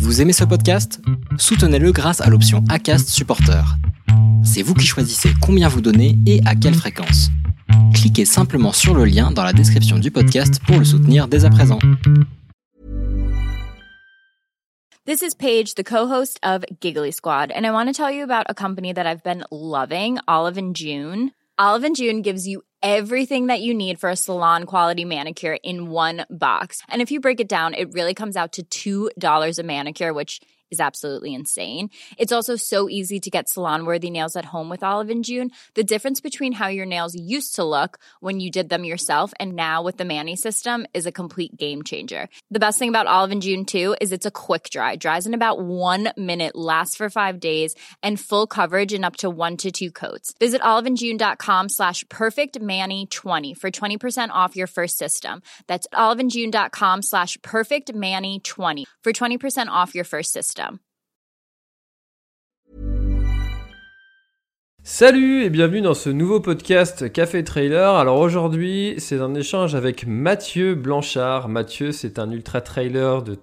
Vous aimez ce podcast ? Soutenez-le grâce à l'option Acast Supporter. C'est vous qui choisissez combien vous donnez et à quelle fréquence. Cliquez simplement sur le lien dans la description du podcast pour le soutenir dès à présent. This is Paige, the co-host of Giggly Squad, and I want to tell you about a company that I've been loving, Olive & June. Olive & June gives you everything that you need for a salon-quality manicure in one box. And if you break it down, it really comes out to $2 a manicure, which is absolutely insane. It's also so easy to get salon-worthy nails at home with Olive & June. The difference between how your nails used to look when you did them yourself and now with the Mani system is a complete game changer. The best thing about Olive & June, too, is it's a quick dry. Dries in about 1 minute, lasts for 5 days, and full coverage in up to 1 to 2 coats. Visit oliveandjune.com/perfectmani20 for 20% off your first system. That's oliveandjune.com/perfectmani20 for 20% off your first system. Salut et bienvenue dans ce nouveau podcast Café Trailer. Alors aujourd'hui, c'est un échange avec Mathieu Blanchard. Mathieu, c'est un ultra trailer de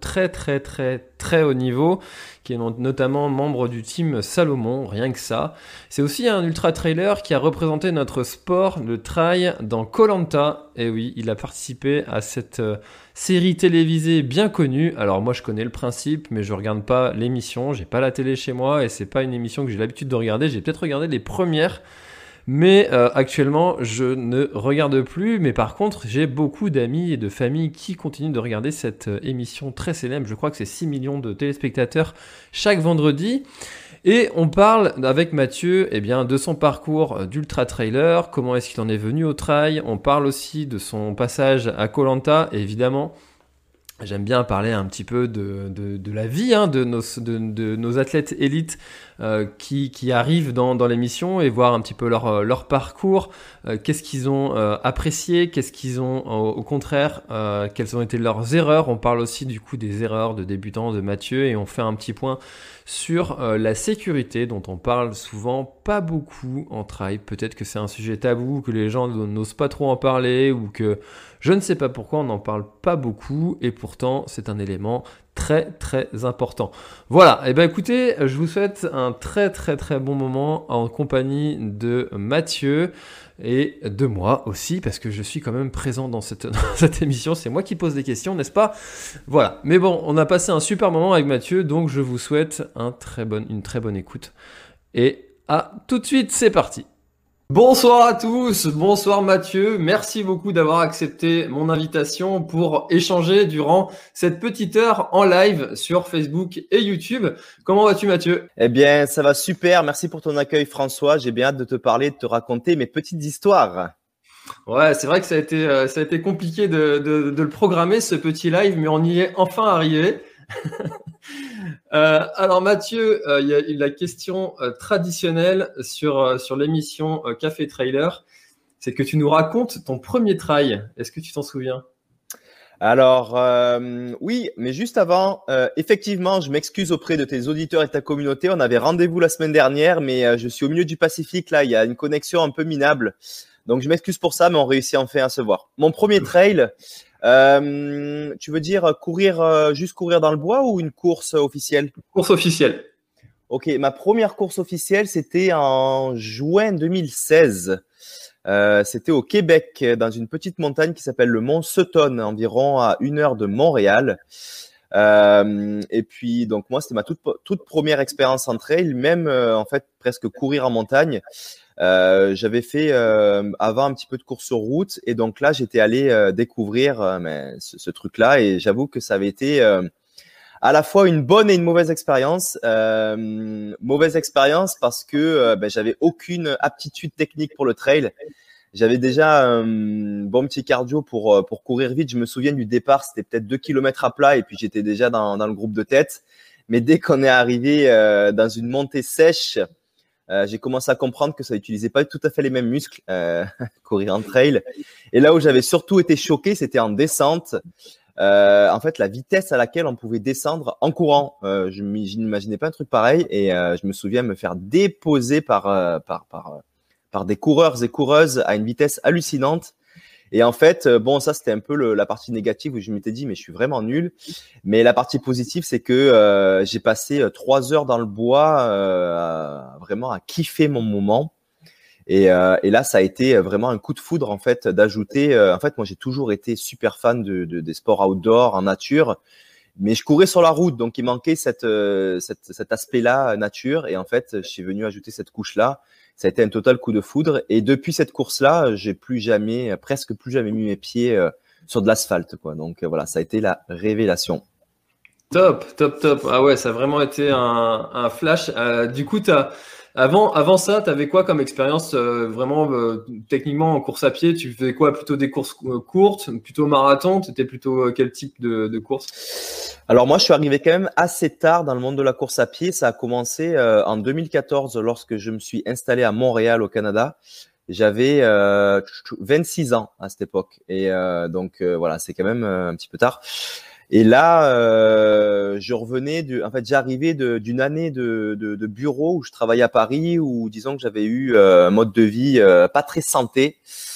très haut niveau, qui est notamment membre du team Salomon, rien que ça. C'est aussi un ultra trailer qui a représenté notre sport, le trail, dans Koh-Lanta. Et oui, il a participé à cette série télévisée bien connue. Alors moi je connais le principe, mais je regarde pas l'émission, j'ai pas la télé chez moi et c'est pas une émission que j'ai l'habitude de regarder. J'ai peut-être regardé les premières, mais actuellement je ne regarde plus. Mais par contre j'ai beaucoup d'amis et de familles qui continuent de regarder cette émission très célèbre. Je crois que c'est 6 millions de téléspectateurs chaque vendredi. Et on parle avec Mathieu de son parcours d'ultra trailer, comment est-ce qu'il en est venu au trail. On parle aussi de son passage à Koh-Lanta, évidemment. J'aime bien parler un petit peu de la vie de nos athlètes élites qui arrivent dans l'émission et voir un petit peu leur parcours, qu'est-ce qu'ils ont apprécié, qu'est-ce qu'ils ont au contraire, quelles ont été leurs erreurs. On parle aussi du coup des erreurs de débutants de Mathieu et on fait un petit point sur la sécurité dont on parle souvent pas beaucoup en trail. Peut-être que c'est un sujet tabou, que les gens n'osent pas trop en parler ou que je ne sais pas pourquoi on n'en parle pas beaucoup et pourtant c'est un élément très important. Voilà, et écoutez, je vous souhaite un très bon moment en compagnie de Mathieu et de moi aussi, parce que je suis quand même présent dans cette émission, c'est moi qui pose des questions, n'est-ce pas ? Voilà, mais bon, on a passé un super moment avec Mathieu, donc je vous souhaite une très bonne écoute. Et à tout de suite, c'est parti. Bonsoir à tous, bonsoir Mathieu, merci beaucoup d'avoir accepté mon invitation pour échanger durant cette petite heure en live sur Facebook et YouTube. Comment vas-tu Mathieu ? Eh bien, ça va super, merci pour ton accueil François, j'ai bien hâte de te parler, de te raconter mes petites histoires. Ouais, c'est vrai que ça a été compliqué de le programmer ce petit live, mais on y est enfin arrivé. Alors Mathieu, il y a la question traditionnelle sur l'émission Café Trailer, c'est que tu nous racontes ton premier trail. Est-ce que tu t'en souviens ? Alors oui, mais juste avant, effectivement, je m'excuse auprès de tes auditeurs et de ta communauté. On avait rendez-vous la semaine dernière, mais je suis au milieu du Pacifique, là, il y a une connexion un peu minable. Donc je m'excuse pour ça, mais on réussit enfin à se voir. Mon premier trail, tu veux dire juste courir dans le bois ou une course officielle ? Course officielle. Ok, ma première course officielle, c'était en juin 2016. C'était au Québec, dans une petite montagne qui s'appelle le Mont Sutton, environ à 1 heure de Montréal. Et puis, donc moi, c'était ma toute première expérience en trail, même en fait presque courir en montagne. J'avais fait avant un petit peu de course sur route et donc là j'étais allé découvrir ce truc-là et j'avoue que ça avait été à la fois une bonne et une mauvaise expérience. Mauvaise expérience parce que j'avais aucune aptitude technique pour le trail. J'avais déjà un bon petit cardio pour courir vite. Je me souviens du départ, c'était peut-être 2 kilomètres à plat et puis j'étais déjà dans le groupe de tête. Mais dès qu'on est arrivé dans une montée sèche, j'ai commencé à comprendre que ça n'utilisait pas tout à fait les mêmes muscles, courir en trail. Et là où j'avais surtout été choqué, c'était en descente. En fait, la vitesse à laquelle on pouvait descendre en courant. Je n'imaginais pas un truc pareil. Et je me souviens me faire déposer par des coureurs et coureuses à une vitesse hallucinante. Et en fait, bon, ça, c'était un peu la partie négative où je m'étais dit, mais je suis vraiment nul. Mais la partie positive, c'est que j'ai passé 3 heures dans le bois, vraiment à kiffer mon moment. Et là, ça a été vraiment un coup de foudre, en fait, d'ajouter. En fait, moi, j'ai toujours été super fan des sports outdoor, en nature. Mais je courais sur la route, donc il manquait cet aspect-là, nature. Et en fait, je suis venu ajouter cette couche-là. Ça a été un total coup de foudre. Et depuis cette course-là, j'ai presque plus jamais mis mes pieds sur de l'asphalte, quoi. Donc voilà, ça a été la révélation. Top. Ah ouais, ça a vraiment été un flash. Du coup, avant ça, tu avais quoi comme expérience vraiment techniquement en course à pied? Tu faisais quoi? Plutôt des courses courtes, plutôt marathon? C'était plutôt quel type de course? Alors moi, je suis arrivé quand même assez tard dans le monde de la course à pied. Ça a commencé en 2014 lorsque je me suis installé à Montréal au Canada. J'avais 26 ans à cette époque. Et donc voilà, c'est quand même un petit peu tard. Et là, je revenais en fait, j'arrivais d'une année de bureau où je travaillais à Paris, où disons que j'avais eu un mode de vie pas très santé,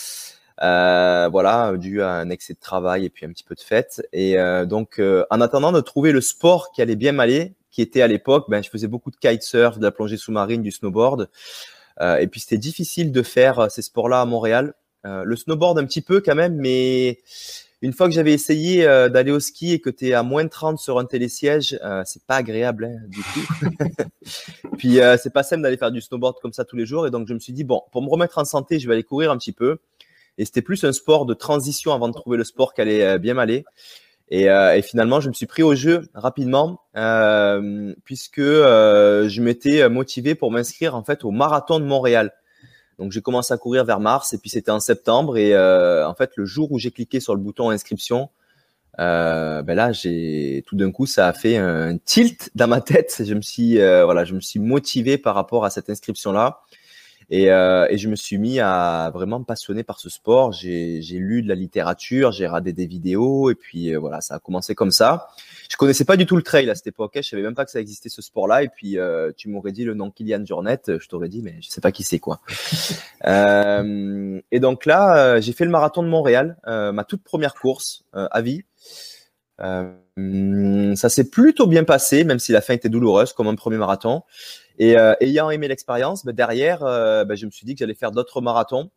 voilà, dû à un excès de travail et puis un petit peu de fête. Et donc, en attendant de trouver le sport qui allait bien m'aller, qui était à l'époque, je faisais beaucoup de kitesurf, de la plongée sous-marine, du snowboard. Et puis c'était difficile de faire ces sports-là à Montréal. Le snowboard un petit peu quand même, mais une fois que j'avais essayé d'aller au ski et que tu es à moins de 30 sur un télésiège, c'est pas agréable du tout. Puis c'est pas simple d'aller faire du snowboard comme ça tous les jours. Et donc je me suis dit, bon, pour me remettre en santé, je vais aller courir un petit peu. Et c'était plus un sport de transition avant de trouver le sport qui allait bien m'aller. Et finalement, je me suis pris au jeu rapidement puisque je m'étais motivé pour m'inscrire en fait au marathon de Montréal. Donc j'ai commencé à courir vers mars et puis c'était en septembre et en fait le jour où j'ai cliqué sur le bouton inscription, là tout d'un coup ça a fait un tilt dans ma tête. Je me suis motivé par rapport à cette inscription là. Et je me suis mis à vraiment me passionner par ce sport. J'ai lu de la littérature, j'ai regardé des vidéos et puis voilà, ça a commencé comme ça. Je connaissais pas du tout le trail à cette époque, je savais même pas que ça existait ce sport-là. Et puis tu m'aurais dit le nom Kilian Jornet, je t'aurais dit mais je sais pas qui c'est quoi. Et donc là, j'ai fait le marathon de Montréal, ma toute première course à vie. Ça s'est plutôt bien passé, même si la fin était douloureuse comme un premier marathon. Et ayant aimé l'expérience, derrière, je me suis dit que j'allais faire d'autres marathons.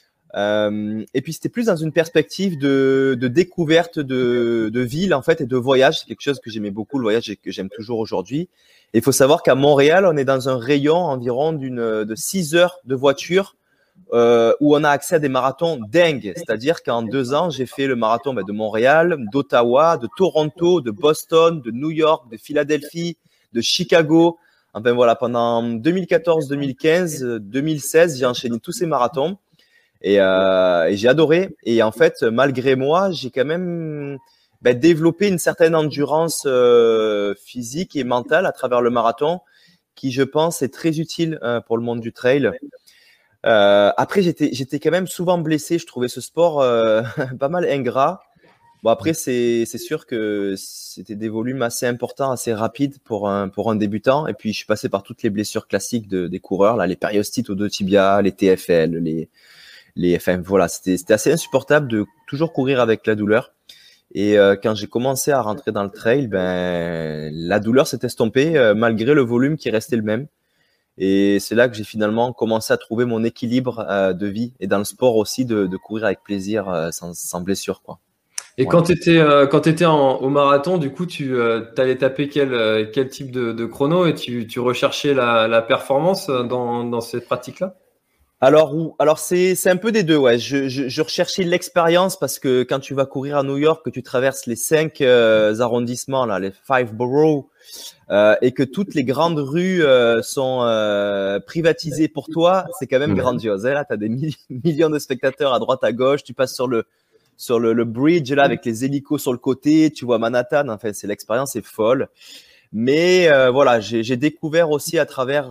Et puis c'était plus dans une perspective de découverte de ville en fait et de voyage. C'est quelque chose que j'aimais beaucoup, le voyage, et que j'aime toujours aujourd'hui. Et il faut savoir qu'à Montréal, on est dans un rayon environ de 6 heures de voiture où on a accès à des marathons dingues. C'est-à-dire qu'en 2 ans, j'ai fait le marathon de Montréal, d'Ottawa, de Toronto, de Boston, de New York, de Philadelphie, de Chicago. Enfin voilà, pendant 2014, 2015, 2016, j'ai enchaîné tous ces marathons et j'ai adoré. Et en fait, malgré moi, j'ai quand même développé une certaine endurance physique et mentale à travers le marathon qui, je pense, est très utile pour le monde du trail. Après, j'étais quand même souvent blessé. Je trouvais ce sport pas mal ingrat. Bon, après, c'est sûr que c'était des volumes assez importants, assez rapides pour un débutant. Et puis, je suis passé par toutes les blessures classiques des coureurs, là, les périostites aux 2 tibias, les TFL, enfin, voilà, c'était assez insupportable de toujours courir avec la douleur. Et quand j'ai commencé à rentrer dans le trail, la douleur s'est estompée malgré le volume qui restait le même. Et c'est là que j'ai finalement commencé à trouver mon équilibre de vie et dans le sport aussi de courir avec plaisir sans blessure, quoi. Et quand tu étais au marathon, du coup, tu allais taper quel type de chrono et tu recherchais la performance dans cette pratique-là? Alors c'est un peu des deux, ouais. Je recherchais l'expérience parce que quand tu vas courir à New York, que tu traverses les 5 arrondissements, là, les 5 boroughs, et que toutes les grandes rues sont privatisées pour toi, c'est quand même grandiose. Hein. Là, tu as des millions de spectateurs à droite, à gauche, tu passes sur le bridge là avec les hélicos sur le côté, tu vois Manhattan, enfin l'expérience est folle. Mais voilà, j'ai découvert aussi à travers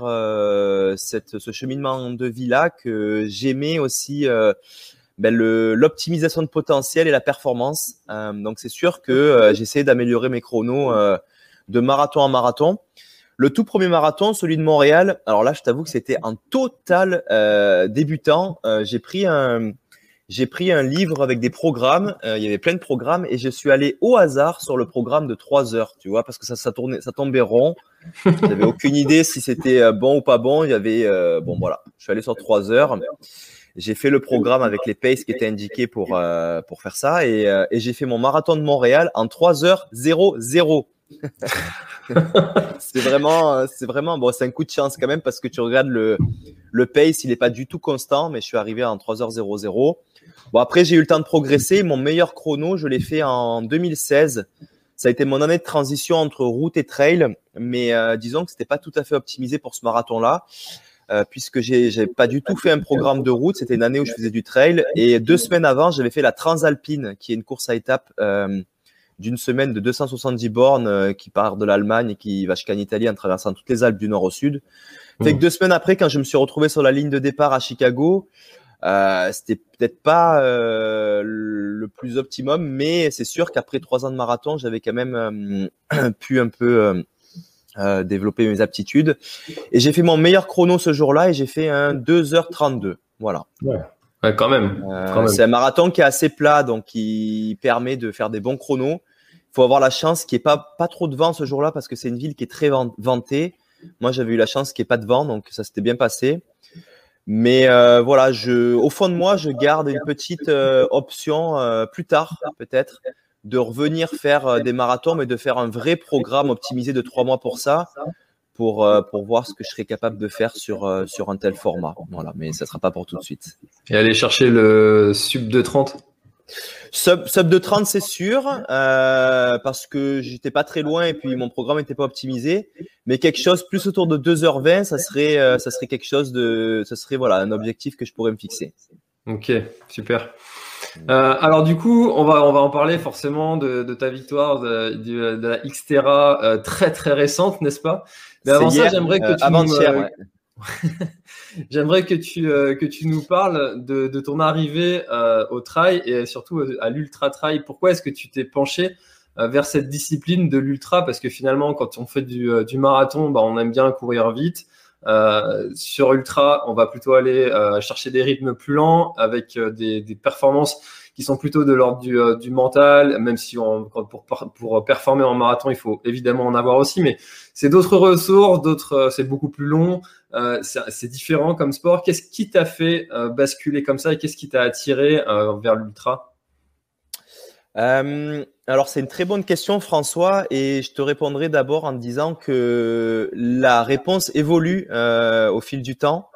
ce cheminement de vie là que j'aimais aussi l'optimisation de potentiel et la performance. Donc c'est sûr que j'essaie d'améliorer mes chronos de marathon en marathon. Le tout premier marathon, celui de Montréal, alors là je t'avoue que c'était un total débutant. J'ai pris j'ai pris un livre avec des programmes. Il y avait plein de programmes et je suis allé au hasard sur le programme de 3 heures, tu vois, parce que ça tombait rond. J'avais aucune idée si c'était bon ou pas bon. Il y avait, bon, voilà. Je suis allé sur 3 heures. J'ai fait le programme avec les paces qui étaient indiqués pour faire ça et j'ai fait mon marathon de Montréal en 3h00. C'est vraiment bon, c'est un coup de chance quand même parce que tu regardes le pace, il est pas du tout constant, mais je suis arrivé en 3h00. Bon, après j'ai eu le temps de progresser. Mon meilleur chrono, je l'ai fait en 2016. Ça a été mon année de transition entre route et trail, mais disons que c'était pas tout à fait optimisé pour ce marathon-là. Puisque j'ai pas du tout fait un programme de route, c'était une année où je faisais du trail et 2 semaines avant, j'avais fait la Transalpine, qui est une course à étapes d'une semaine de 270 bornes qui part de l'Allemagne et qui va jusqu'en Italie en traversant toutes les Alpes du nord au sud. Fait que 2 semaines après, quand je me suis retrouvé sur la ligne de départ à Chicago, c'était peut-être pas le plus optimum, mais c'est sûr qu'après 3 ans de marathon, j'avais quand même pu un peu développer mes aptitudes. Et j'ai fait mon meilleur chrono ce jour-là et j'ai fait un 2h32. Voilà. Ouais, quand même. C'est un marathon qui est assez plat, donc qui permet de faire des bons chronos. Il faut avoir la chance qu'il n'y ait pas trop de vent ce jour-là parce que c'est une ville qui est très ventée. Moi, j'avais eu la chance qu'il n'y ait pas de vent, donc ça s'était bien passé. Mais voilà, au fond de moi, je garde une petite option plus tard, peut-être, de revenir faire des marathons, mais de faire un vrai programme optimisé de 3 mois pour ça, pour voir ce que je serais capable de faire sur un tel format. Voilà, mais ça sera pas pour tout de suite. Et aller chercher le sub de 30 Sub de 30, c'est sûr, parce que j'étais pas très loin et puis mon programme n'était pas optimisé. Mais quelque chose plus autour de 2h20, ça serait quelque chose ça serait voilà, un objectif que je pourrais me fixer. Ok, super. Alors du coup, on va en parler forcément de ta victoire de la Xterra très très récente, n'est-ce pas? Mais avant ça, j'aimerais que tu avant-hier, j'aimerais que tu nous parles de ton arrivée au trail et surtout à l'ultra trail. Pourquoi est-ce que tu t'es penché vers cette discipline de l'ultra? Parce que finalement, quand on fait du marathon, on aime bien courir vite. Sur ultra, on va plutôt aller chercher des rythmes plus lents avec des performances qui sont plutôt de l'ordre du mental, même si pour performer en marathon, il faut évidemment en avoir aussi, mais c'est d'autres ressources, c'est beaucoup plus long, c'est différent comme sport. Qu'est-ce qui t'a fait basculer comme ça et qu'est-ce qui t'a attiré vers l'ultra? Alors c'est une très bonne question, François, et je te répondrai d'abord en te disant que la réponse évolue au fil du temps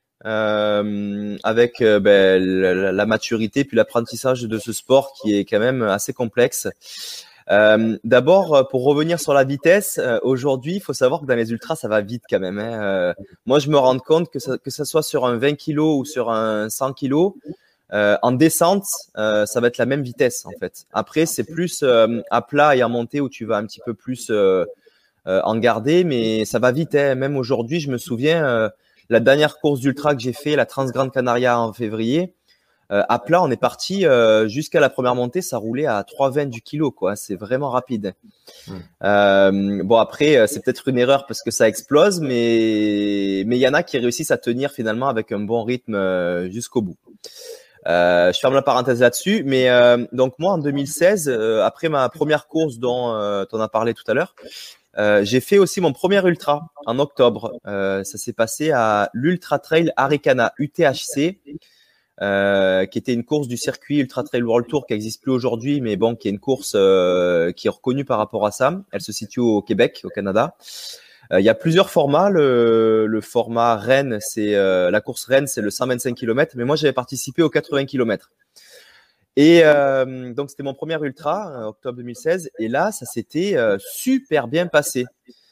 avec la maturité puis l'apprentissage de ce sport qui est quand même assez complexe. D'abord, pour revenir sur la vitesse, aujourd'hui, il faut savoir que dans les ultras, ça va vite quand même. Moi, je me rends compte que ça soit sur un 20 kg ou sur un 100 kg, en descente, ça va être la même vitesse en fait. Après, c'est plus à plat et en montée où tu vas un petit peu plus en garder, mais ça va vite. Même aujourd'hui, je me souviens la dernière course d'ultra que j'ai fait, la Transgrande Canaria en février. À plat, on est parti jusqu'à la première montée, ça roulait à 3,20 du kilo, quoi. C'est vraiment rapide. Bon, après, c'est peut-être une erreur parce que ça explose, mais il y en a qui réussissent à tenir finalement avec un bon rythme jusqu'au bout. Je ferme la parenthèse là-dessus, mais donc moi en 2016, après ma première course dont tu en as parlé tout à l'heure, j'ai fait aussi mon premier ultra en octobre. Ça s'est passé à l'Ultra Trail Arikana UTHC, qui était une course du circuit Ultra Trail World Tour qui n'existe plus aujourd'hui, mais bon, qui est une course qui est reconnue par rapport à ça. Elle se situe au Québec, au Canada. Il y a plusieurs formats. Le format Rennes, c'est la course Rennes, c'est le 125 km, mais moi j'avais participé aux 80 km. Et donc c'était mon premier ultra, octobre 2016, et là ça s'était super bien passé.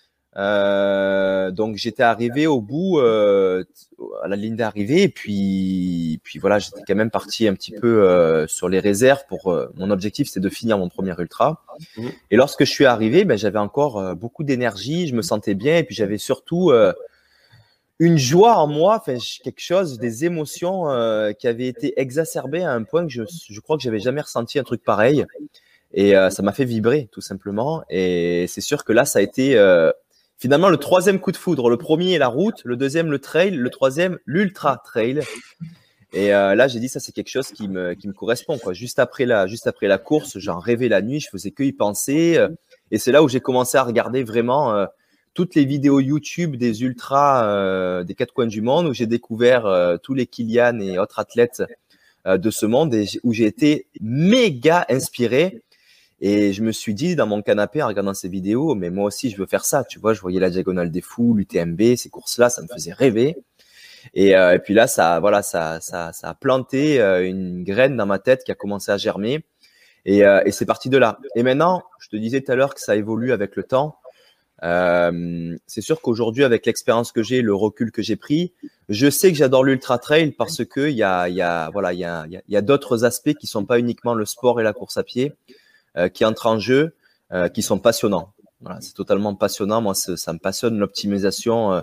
Donc j'étais arrivé au bout, à la ligne d'arrivée, et puis voilà, j'étais quand même parti un petit peu sur les réserves pour mon objectif, c'était de finir mon premier ultra. Et lorsque je suis arrivé, j'avais encore beaucoup d'énergie, je me sentais bien, et puis j'avais surtout une joie en moi, enfin quelque chose, des émotions qui avaient été exacerbées à un point que je crois que j'avais jamais ressenti un truc pareil, et ça m'a fait vibrer tout simplement. Et c'est sûr que là ça a été finalement le troisième coup de foudre. Le premier la route, le deuxième le trail, le troisième l'ultra trail. Et là, j'ai dit ça, c'est quelque chose qui me correspond, quoi. Juste après la course, j'en rêvais la nuit, je faisais que y penser. Et c'est là où j'ai commencé à regarder vraiment toutes les vidéos YouTube des ultras des quatre coins du monde, où j'ai découvert tous les Kilian et autres athlètes de ce monde, et où j'ai été méga inspiré. Et je me suis dit dans mon canapé en regardant ces vidéos, mais moi aussi je veux faire ça. Tu vois, je voyais la Diagonale des Fous, l'UTMB, ces courses-là, ça me faisait rêver. Et puis là, ça a planté une graine dans ma tête qui a commencé à germer. Et c'est parti de là. Et maintenant, je te disais tout à l'heure que ça évolue avec le temps. C'est sûr qu'aujourd'hui, avec l'expérience que j'ai, le recul que j'ai pris, je sais que j'adore l'ultra trail parce que il y a d'autres aspects qui sont pas uniquement le sport et la course à pied qui entrent en jeu, qui sont passionnants. Voilà, c'est totalement passionnant. Moi, ça me passionne l'optimisation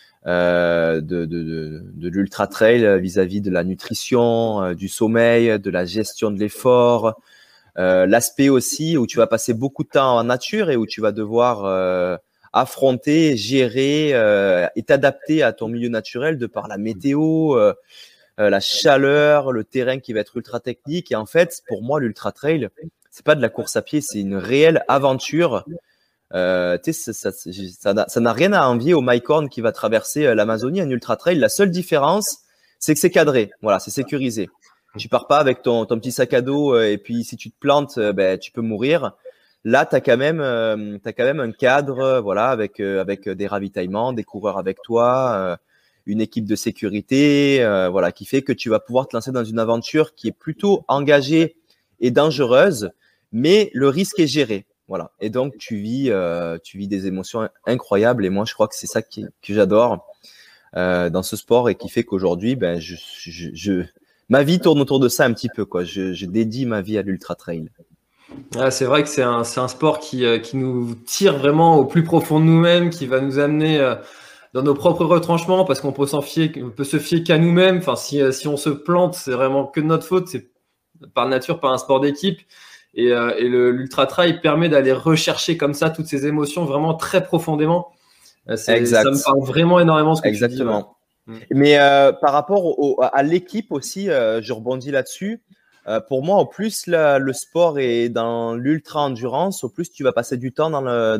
de l'ultra trail vis-à-vis de la nutrition, du sommeil, de la gestion de l'effort, l'aspect aussi où tu vas passer beaucoup de temps en nature et où tu vas devoir affronter, gérer et t'adapter à ton milieu naturel de par la météo, la chaleur, le terrain qui va être ultra technique. Et en fait, pour moi, l'ultra trail, c'est pas de la course à pied, c'est une réelle aventure. Ça n'a rien à envier au Mike Horn qui va traverser l'Amazonie, un ultra trail. La seule différence, c'est que c'est cadré. Voilà, c'est sécurisé. Tu pars pas avec ton petit sac à dos et puis si tu te plantes, tu peux mourir. Là, t'as quand même un cadre, voilà, avec des ravitaillements, des coureurs avec toi, une équipe de sécurité, voilà, qui fait que tu vas pouvoir te lancer dans une aventure qui est plutôt engagée et dangereuse, mais le risque est géré. Voilà. Et donc, tu vis des émotions incroyables. Et moi, je crois que c'est ça que j'adore dans ce sport et qui fait qu'aujourd'hui, ma vie tourne autour de ça un petit peu, quoi. Je dédie ma vie à l'ultra trail. Ah, c'est vrai que c'est un sport qui nous tire vraiment au plus profond de nous-mêmes, qui va nous amener dans nos propres retranchements parce qu'on peut se fier qu'à nous-mêmes. Enfin, si on se plante, c'est vraiment que de notre faute. C'est par nature pas un sport d'équipe. Et l'ultra trail permet d'aller rechercher comme ça toutes ces émotions vraiment très profondément. Exact. Ça me parle vraiment énormément ce que Exactement. tu dis. Ouais. Mais par rapport à l'équipe aussi, je rebondis là-dessus. Pour moi, au plus le sport est dans l'ultra endurance, au plus tu vas passer du temps dans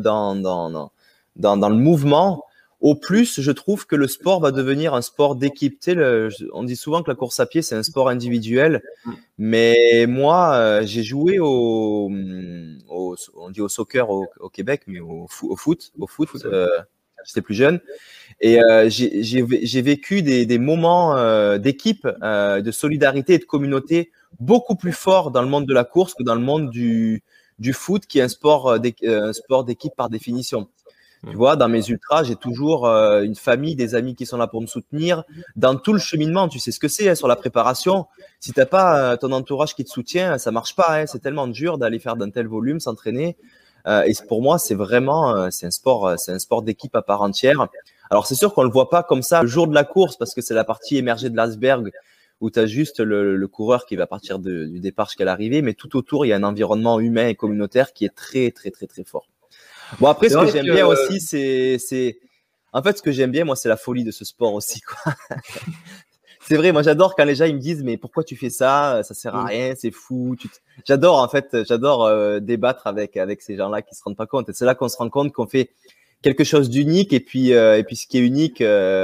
le mouvement, au plus je trouve que le sport va devenir un sport d'équipe. Tu sais, on dit souvent que la course à pied c'est un sport individuel, mais moi j'ai joué on dit au soccer au Québec, mais au foot. J'étais plus jeune. Et j'ai vécu des moments d'équipe, de solidarité et de communauté beaucoup plus forts dans le monde de la course que dans le monde du foot, qui est un sport d'équipe par définition. Tu vois, dans mes ultras, j'ai toujours une famille, des amis qui sont là pour me soutenir dans tout le cheminement. Tu sais ce que c'est hein, sur la préparation. Si t'as pas ton entourage qui te soutient, ça marche pas. Hein, c'est tellement dur d'aller faire d'un tel volume, s'entraîner. Et pour moi, c'est vraiment, c'est un sport d'équipe à part entière. Alors c'est sûr qu'on le voit pas comme ça le jour de la course parce que c'est la partie émergée de l'iceberg où tu as juste le coureur qui va partir du départ jusqu'à l'arrivée, mais tout autour il y a un environnement humain et communautaire qui est très très très très fort. Bon après ce que j'aime bien aussi c'est en fait ce que j'aime bien moi c'est la folie de ce sport aussi quoi. C'est vrai, moi j'adore quand les gens ils me disent mais pourquoi tu fais ça sert à rien, c'est fou. J'adore en fait, débattre avec ces gens-là qui se rendent pas compte. Et c'est là qu'on se rend compte qu'on fait quelque chose d'unique et puis ce qui est unique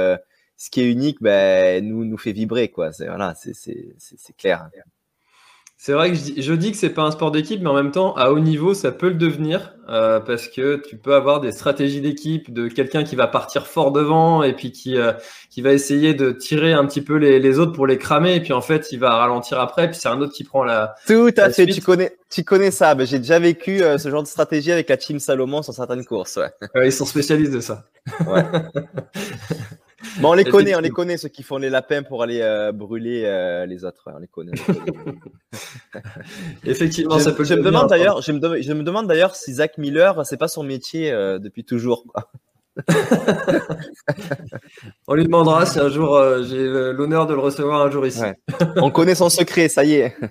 nous fait vibrer quoi. C'est clair. C'est vrai que je dis que c'est pas un sport d'équipe, mais en même temps, à haut niveau, ça peut le devenir parce que tu peux avoir des stratégies d'équipe de quelqu'un qui va partir fort devant et puis qui va essayer de tirer un petit peu les autres pour les cramer et puis en fait, il va ralentir après puis c'est un autre qui prend la Tout à fait, suite. tu connais ça. J'ai déjà vécu ce genre de stratégie avec la Team Salomon sur certaines courses. Ouais. Ils sont spécialistes de ça. Ouais. Mais on les connaît ceux qui font les lapins pour aller brûler les autres. Ouais, on les connaît. Effectivement, ça peut. Je me demande d'ailleurs si Zach Miller, c'est pas son métier depuis toujours. Quoi. On lui demandera si un jour j'ai l'honneur de le recevoir un jour ici. Ouais. On connaît son secret, ça y est.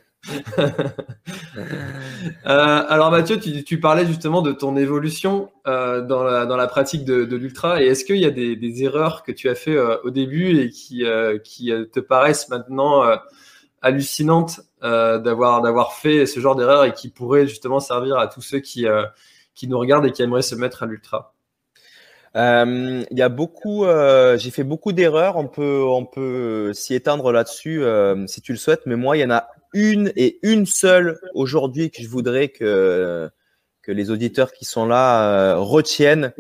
Alors Mathieu, tu parlais justement de ton évolution dans la pratique de l'ultra, et est-ce qu'il y a des erreurs que tu as fait au début et qui te paraissent maintenant hallucinantes d'avoir fait ce genre d'erreurs et qui pourraient justement servir à tous ceux qui nous regardent et qui aimeraient se mettre à l'ultra? Il y a beaucoup, j'ai fait beaucoup d'erreurs. On peut s'y étendre là-dessus si tu le souhaites. Mais moi, il y en a une seule aujourd'hui que je voudrais que les auditeurs qui sont là retiennent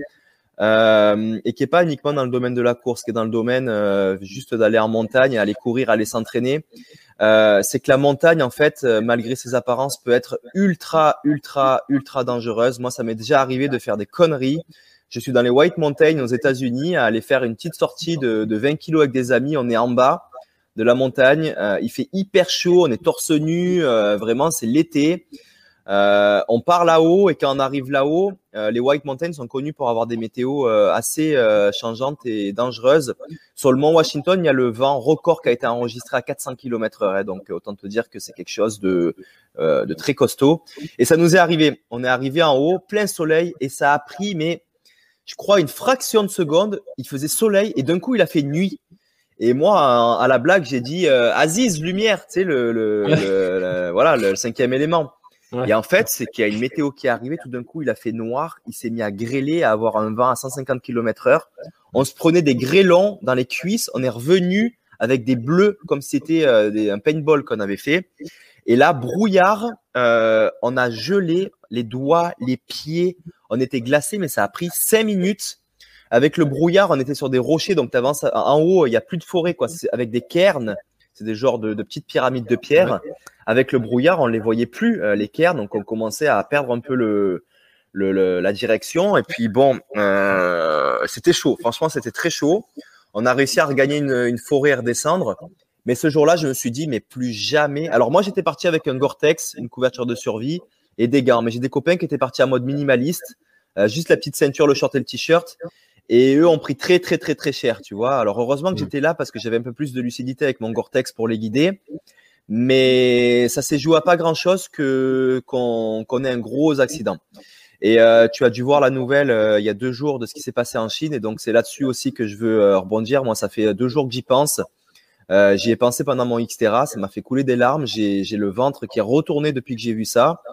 et qui est pas uniquement dans le domaine de la course, qui est dans le domaine juste d'aller en montagne, aller courir, aller s'entraîner. C'est que la montagne, en fait, malgré ses apparences, peut être ultra dangereuse. Moi, ça m'est déjà arrivé de faire des conneries. Je suis dans les White Mountains aux États-Unis à aller faire une petite sortie de 20 kilos avec des amis. On est en bas de la montagne. Il fait hyper chaud. On est torse nu. Vraiment, c'est l'été. On part là-haut et quand on arrive là-haut, les White Mountains sont connus pour avoir des météos assez changeantes et dangereuses. Sur le mont Washington, il y a le vent record qui a été enregistré à 400 km/h. Hein, donc, autant te dire que c'est quelque chose de très costaud. Et ça nous est arrivé. On est arrivé en haut, plein soleil, et ça a pris, mais je crois, une fraction de seconde. Il faisait soleil et d'un coup, il a fait nuit. Et moi, à la blague, j'ai dit Aziz, lumière, tu sais, voilà, le cinquième élément. Ouais. Et en fait, c'est qu'il y a une météo qui est arrivée. Tout d'un coup, il a fait noir. Il s'est mis à grêler, à avoir un vent à 150 km/h. On se prenait des grêlons dans les cuisses. On est revenu avec des bleus comme si c'était un paintball qu'on avait fait. Et là, brouillard, on a gelé les doigts, les pieds. On était glacés, mais ça a pris 5 minutes. Avec le brouillard, on était sur des rochers. Donc, tu avances en haut, il n'y a plus de forêt, quoi. C'est avec des cairns. C'est des genres de petites pyramides de pierre. Ouais. Avec le brouillard, on les voyait plus, les cairns. Donc, on commençait à perdre un peu la direction. Et puis, bon, c'était chaud. Franchement, c'était très chaud. On a réussi à regagner une forêt et redescendre. Mais ce jour-là, je me suis dit, mais plus jamais. Alors, moi, j'étais parti avec un Gore-Tex, une couverture de survie et des gants. Mais j'ai des copains qui étaient partis en mode minimaliste. Juste la petite ceinture, le short et le t-shirt. Et eux ont pris très cher, tu vois. Alors, heureusement que j'étais là parce que j'avais un peu plus de lucidité avec mon Gore-Tex pour les guider. Mais ça s'est joué à pas grand-chose qu'on ait un gros accident. Et tu as dû voir la nouvelle il y a 2 jours de ce qui s'est passé en Chine. Et donc, c'est là-dessus aussi que je veux rebondir. Moi, ça fait 2 jours que j'y pense. J'y ai pensé pendant mon Xterra. Ça m'a fait couler des larmes. J'ai le ventre qui est retourné depuis que j'ai vu ça.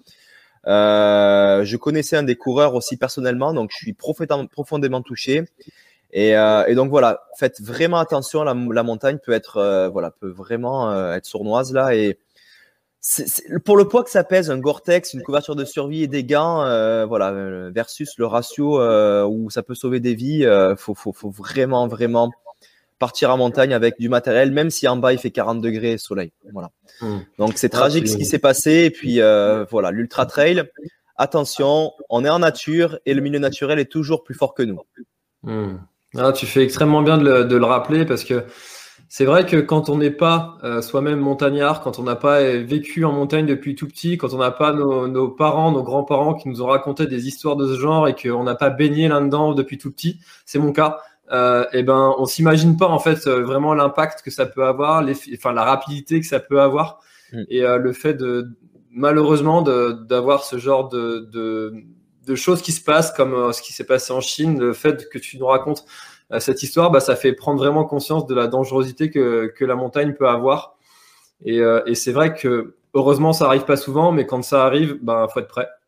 Je connaissais un des coureurs aussi personnellement, donc je suis profondément touché. Et donc voilà, faites vraiment attention. La montagne peut être, peut vraiment être sournoise là. Et pour le poids que ça pèse, un Gore-Tex, une couverture de survie et des gants, versus le ratio où ça peut sauver des vies, faut vraiment partir en montagne avec du matériel, même si en bas il fait 40 degrés et soleil. Voilà. Donc c'est tragique ce qui s'est passé. Et puis voilà, l'ultra trail. Attention, on est en nature et le milieu naturel est toujours plus fort que nous. Ah, tu fais extrêmement bien de le rappeler parce que c'est vrai que quand on n'est pas soi-même montagnard, quand on n'a pas vécu en montagne depuis tout petit, quand on n'a pas nos parents, nos grands-parents qui nous ont raconté des histoires de ce genre et qu'on n'a pas baigné là-dedans depuis tout petit, c'est mon cas. On s'imagine pas en fait vraiment l'impact que ça peut avoir, la rapidité que ça peut avoir, et le fait malheureusement d'avoir ce genre de choses qui se passent comme ce qui s'est passé en Chine. Le fait que tu nous racontes cette histoire, ça fait prendre vraiment conscience de la dangerosité que la montagne peut avoir, et c'est vrai que heureusement ça arrive pas souvent, mais quand ça arrive, faut être prêt.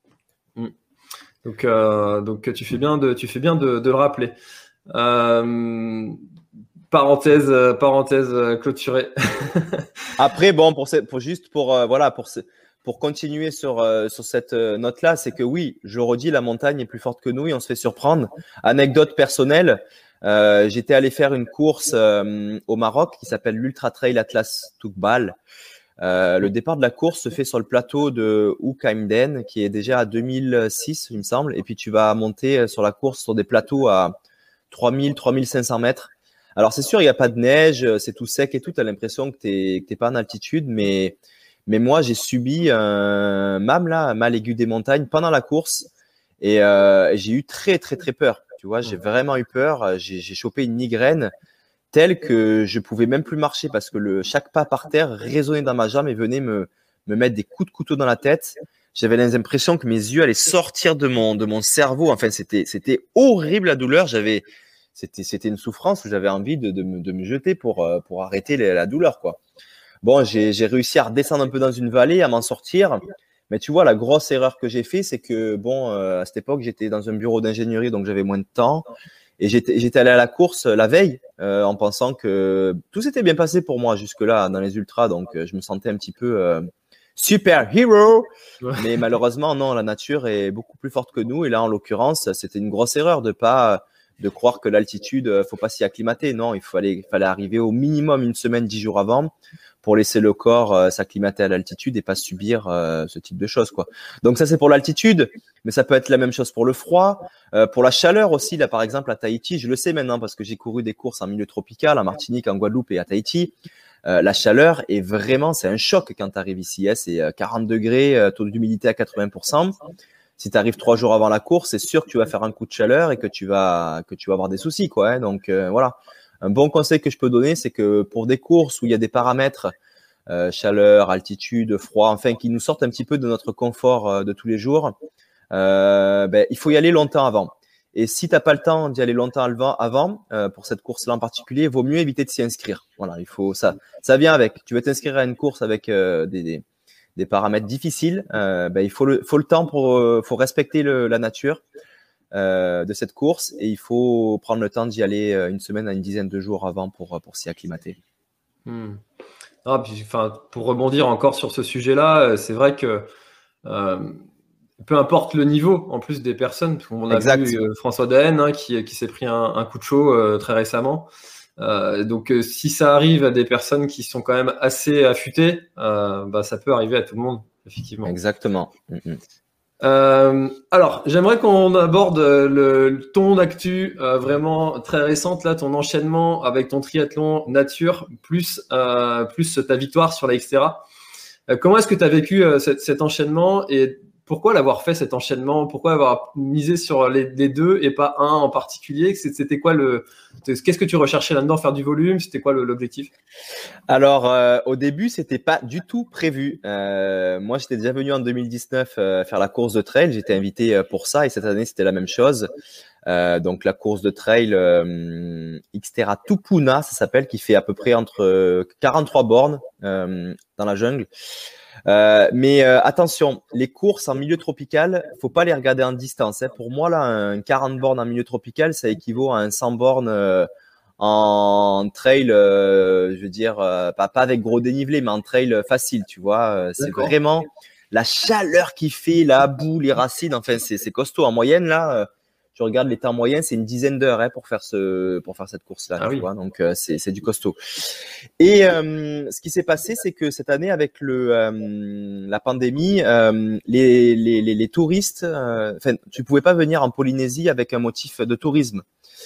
Donc tu fais bien de le rappeler. Parenthèse clôturée. Après, bon, pour continuer sur cette note-là, c'est que oui, je le redis, la montagne est plus forte que nous et on se fait surprendre. Anecdote personnelle, j'étais allé faire une course au Maroc qui s'appelle l'Ultra Trail Atlas Toubkal. Le départ de la course se fait sur le plateau de Oukaïmden, qui est déjà à 2006, il me semble. Et puis tu vas monter sur la course sur des plateaux à 3500 mètres. Alors, c'est sûr, il n'y a pas de neige, c'est tout sec et tout. Tu as l'impression que tu n'es pas en altitude. Mais moi, j'ai subi un mal aigu des montagnes pendant la course. Et j'ai eu très peur. Tu Tu vois, j'ai vraiment eu peur. J'ai chopé une migraine telle que je pouvais même plus marcher parce que chaque pas par terre résonnait dans ma jambe et venait me mettre des coups de couteau dans la tête. J'avais l'impression que mes yeux allaient sortir de mon cerveau. Enfin, c'était horrible la douleur. C'était une souffrance où j'avais envie de me jeter pour arrêter la douleur, quoi. Bon, j'ai réussi à redescendre un peu dans une vallée, à m'en sortir. Mais tu vois, la grosse erreur que j'ai fait, c'est que bon, à cette époque, j'étais dans un bureau d'ingénierie, donc j'avais moins de temps. Et j'étais allé à la course la veille en pensant que tout s'était bien passé pour moi jusque-là dans les ultras. Donc, je me sentais un petit peu super hero. Mais malheureusement, non, la nature est beaucoup plus forte que nous. Et là, en l'occurrence, c'était une grosse erreur de croire que l'altitude, faut pas s'y acclimater. Non, il fallait arriver au minimum une semaine, 10 jours avant pour laisser le corps s'acclimater à l'altitude et pas subir ce type de choses, quoi. Donc ça, c'est pour l'altitude, mais ça peut être la même chose pour le froid, pour la chaleur aussi. Là, par exemple, à Tahiti, je le sais maintenant parce que j'ai couru des courses en milieu tropical, en Martinique, en Guadeloupe et à Tahiti. La chaleur est vraiment, c'est un choc quand tu arrives ici. Hein. C'est 40 degrés, taux d'humidité à 80%. Si tu arrives 3 jours avant la course, c'est sûr que tu vas faire un coup de chaleur et que tu vas avoir des soucis, quoi. Hein. Donc voilà. Un bon conseil que je peux donner, c'est que pour des courses où il y a des paramètres chaleur, altitude, froid, enfin qui nous sortent un petit peu de notre confort de tous les jours, il faut y aller longtemps avant. Et si t'as pas le temps d'y aller longtemps avant pour cette course-là en particulier, vaut mieux éviter de s'y inscrire. Voilà, il faut ça vient avec. Tu veux t'inscrire à une course avec des paramètres difficiles, il faut le temps faut respecter la nature de cette course et il faut prendre le temps d'y aller une semaine à une dizaine de jours avant pour s'y acclimater. Ah, puis, pour rebondir encore sur ce sujet-là, c'est vrai que peu importe le niveau, en plus des personnes, on a vu François Daen qui s'est pris un coup de chaud très récemment. Donc, si ça arrive à des personnes qui sont quand même assez affûtées, ça peut arriver à tout le monde, effectivement. Exactement. Alors, j'aimerais qu'on aborde ton actu vraiment très récente, là, ton enchaînement avec ton triathlon nature, plus ta victoire sur la Xterra. Comment est-ce que tu as vécu cet enchaînement et pourquoi l'avoir fait, cet enchaînement? Pourquoi avoir misé sur les deux et pas un en particulier? C'était quoi qu'est-ce que tu recherchais là-dedans? Faire du volume? C'était quoi l'objectif? Alors, au début, c'était pas du tout prévu. Moi, j'étais déjà venu en 2019 faire la course de trail. J'étais invité pour ça et cette année, c'était la même chose. Donc, la course de trail Xterra Tupuna, ça s'appelle, qui fait à peu près entre 43 bornes dans la jungle. Mais attention, les courses en milieu tropical, faut pas les regarder en distance. Hein. Pour moi, là, un 40 bornes en milieu tropical, ça équivaut à un 100 bornes en trail, je veux dire, pas avec gros dénivelé, mais en trail facile, tu vois. C'est vraiment la chaleur qui fait, la boue, les racines, enfin, c'est costaud. En moyenne, là, tu regardes les temps moyens, c'est une dizaine d'heures pour faire cette course-là, tu vois. Donc c'est du costaud. Et ce qui s'est passé, c'est que cette année, avec la pandémie, les touristes, tu pouvais pas venir en Polynésie avec un motif de tourisme.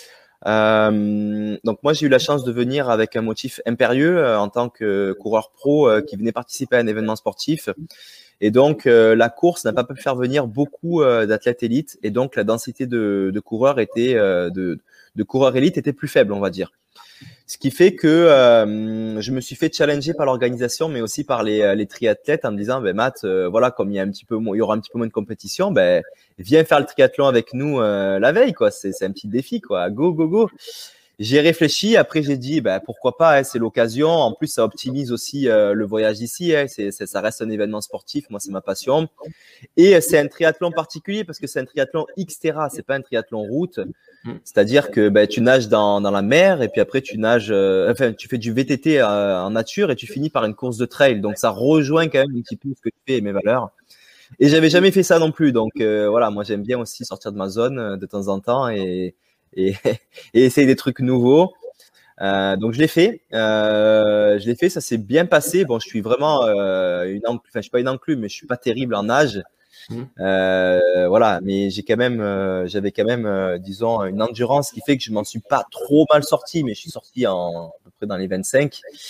Donc moi, j'ai eu la chance de venir avec un motif impérieux en tant que coureur pro qui venait participer à un événement sportif. Et donc, la course n'a pas pu faire venir beaucoup d'athlètes élites. Et donc, la densité de coureurs de coureurs élites était plus faible, on va dire. Ce qui fait que je me suis fait challenger par l'organisation, mais aussi par les triathlètes en me disant, Matt, voilà, comme il y aura un petit peu moins de compétition, viens faire le triathlon avec nous la veille, quoi. C'est un petit défi, quoi. Go, go, go. J'ai réfléchi, après j'ai dit pourquoi pas, c'est l'occasion. En plus, ça optimise aussi le voyage ici. Ça reste un événement sportif. Moi, c'est ma passion. Et c'est un triathlon particulier parce que c'est un triathlon Xterra. C'est pas un triathlon route. C'est-à-dire que tu nages dans la mer et puis après tu nages. Tu fais du VTT en nature et tu finis par une course de trail. Donc ça rejoint quand même un petit peu ce que tu fais et mes valeurs. Et j'avais jamais fait ça non plus. Donc voilà, moi j'aime bien aussi sortir de ma zone de temps en temps et essayer des trucs nouveaux. Donc je l'ai fait. Ça s'est bien passé. Bon, je suis vraiment je suis pas une enclume, mais je suis pas terrible en nage. Voilà, mais j'avais quand même, disons, une endurance qui fait que je m'en suis pas trop mal sorti, mais je suis sorti à peu près dans les 25.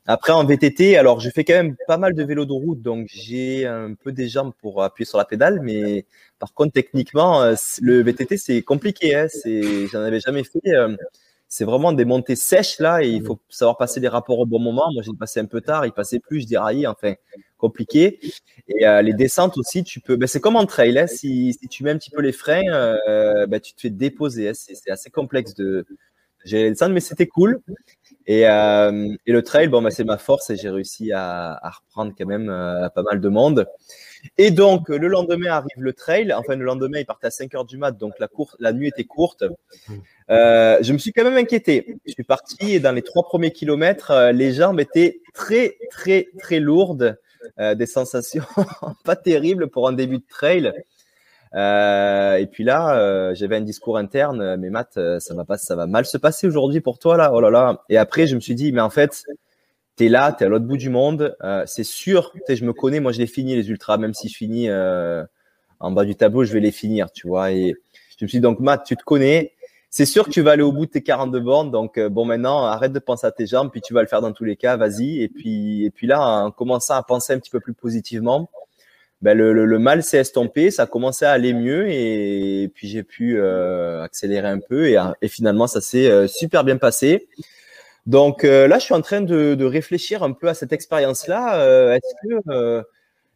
Après, en VTT, alors je fais quand même pas mal de vélo de route, donc j'ai un peu des jambes pour appuyer sur la pédale, mais par contre, techniquement, le VTT, c'est compliqué, hein. J'en avais jamais fait. C'est vraiment des montées sèches là, et il faut savoir passer les rapports au bon moment. Moi, j'ai passé un peu tard, il passait plus, je déraillais, enfin, compliqué. Et les descentes aussi, c'est comme en trail, hein. Si tu mets un petit peu les freins, tu te fais déposer, hein. C'est assez complexe de gérer les descentes, mais c'était cool. Et le trail, c'est ma force et j'ai réussi à reprendre quand même pas mal de monde. Et donc, le lendemain arrive le trail. Enfin, le lendemain, il partait à 5 heures du mat, donc la nuit était courte. Je me suis quand même inquiété. Je suis parti et dans les 3 premiers kilomètres, les jambes étaient très, très, très lourdes. Des sensations pas terribles pour un début de trail. Et puis là, j'avais un discours interne, mais Matt, ça va mal se passer aujourd'hui pour toi là. Oh là là. Et après, je me suis dit, mais en fait, t'es là, t'es à l'autre bout du monde. C'est sûr, tu sais, je me connais, moi je les finis les ultras, même si je finis en bas du tableau, je vais les finir, tu vois. Et je me suis dit, donc Matt, tu te connais. C'est sûr que tu vas aller au bout de tes 42 bornes. Donc maintenant, arrête de penser à tes jambes, puis tu vas le faire dans tous les cas, vas-y. Et puis là, en commençant à penser un petit peu plus positivement, le mal s'est estompé, ça a commencé à aller mieux et puis j'ai pu accélérer un peu et finalement ça s'est super bien passé. Donc là, je suis en train de réfléchir un peu à cette expérience-là. Est-ce que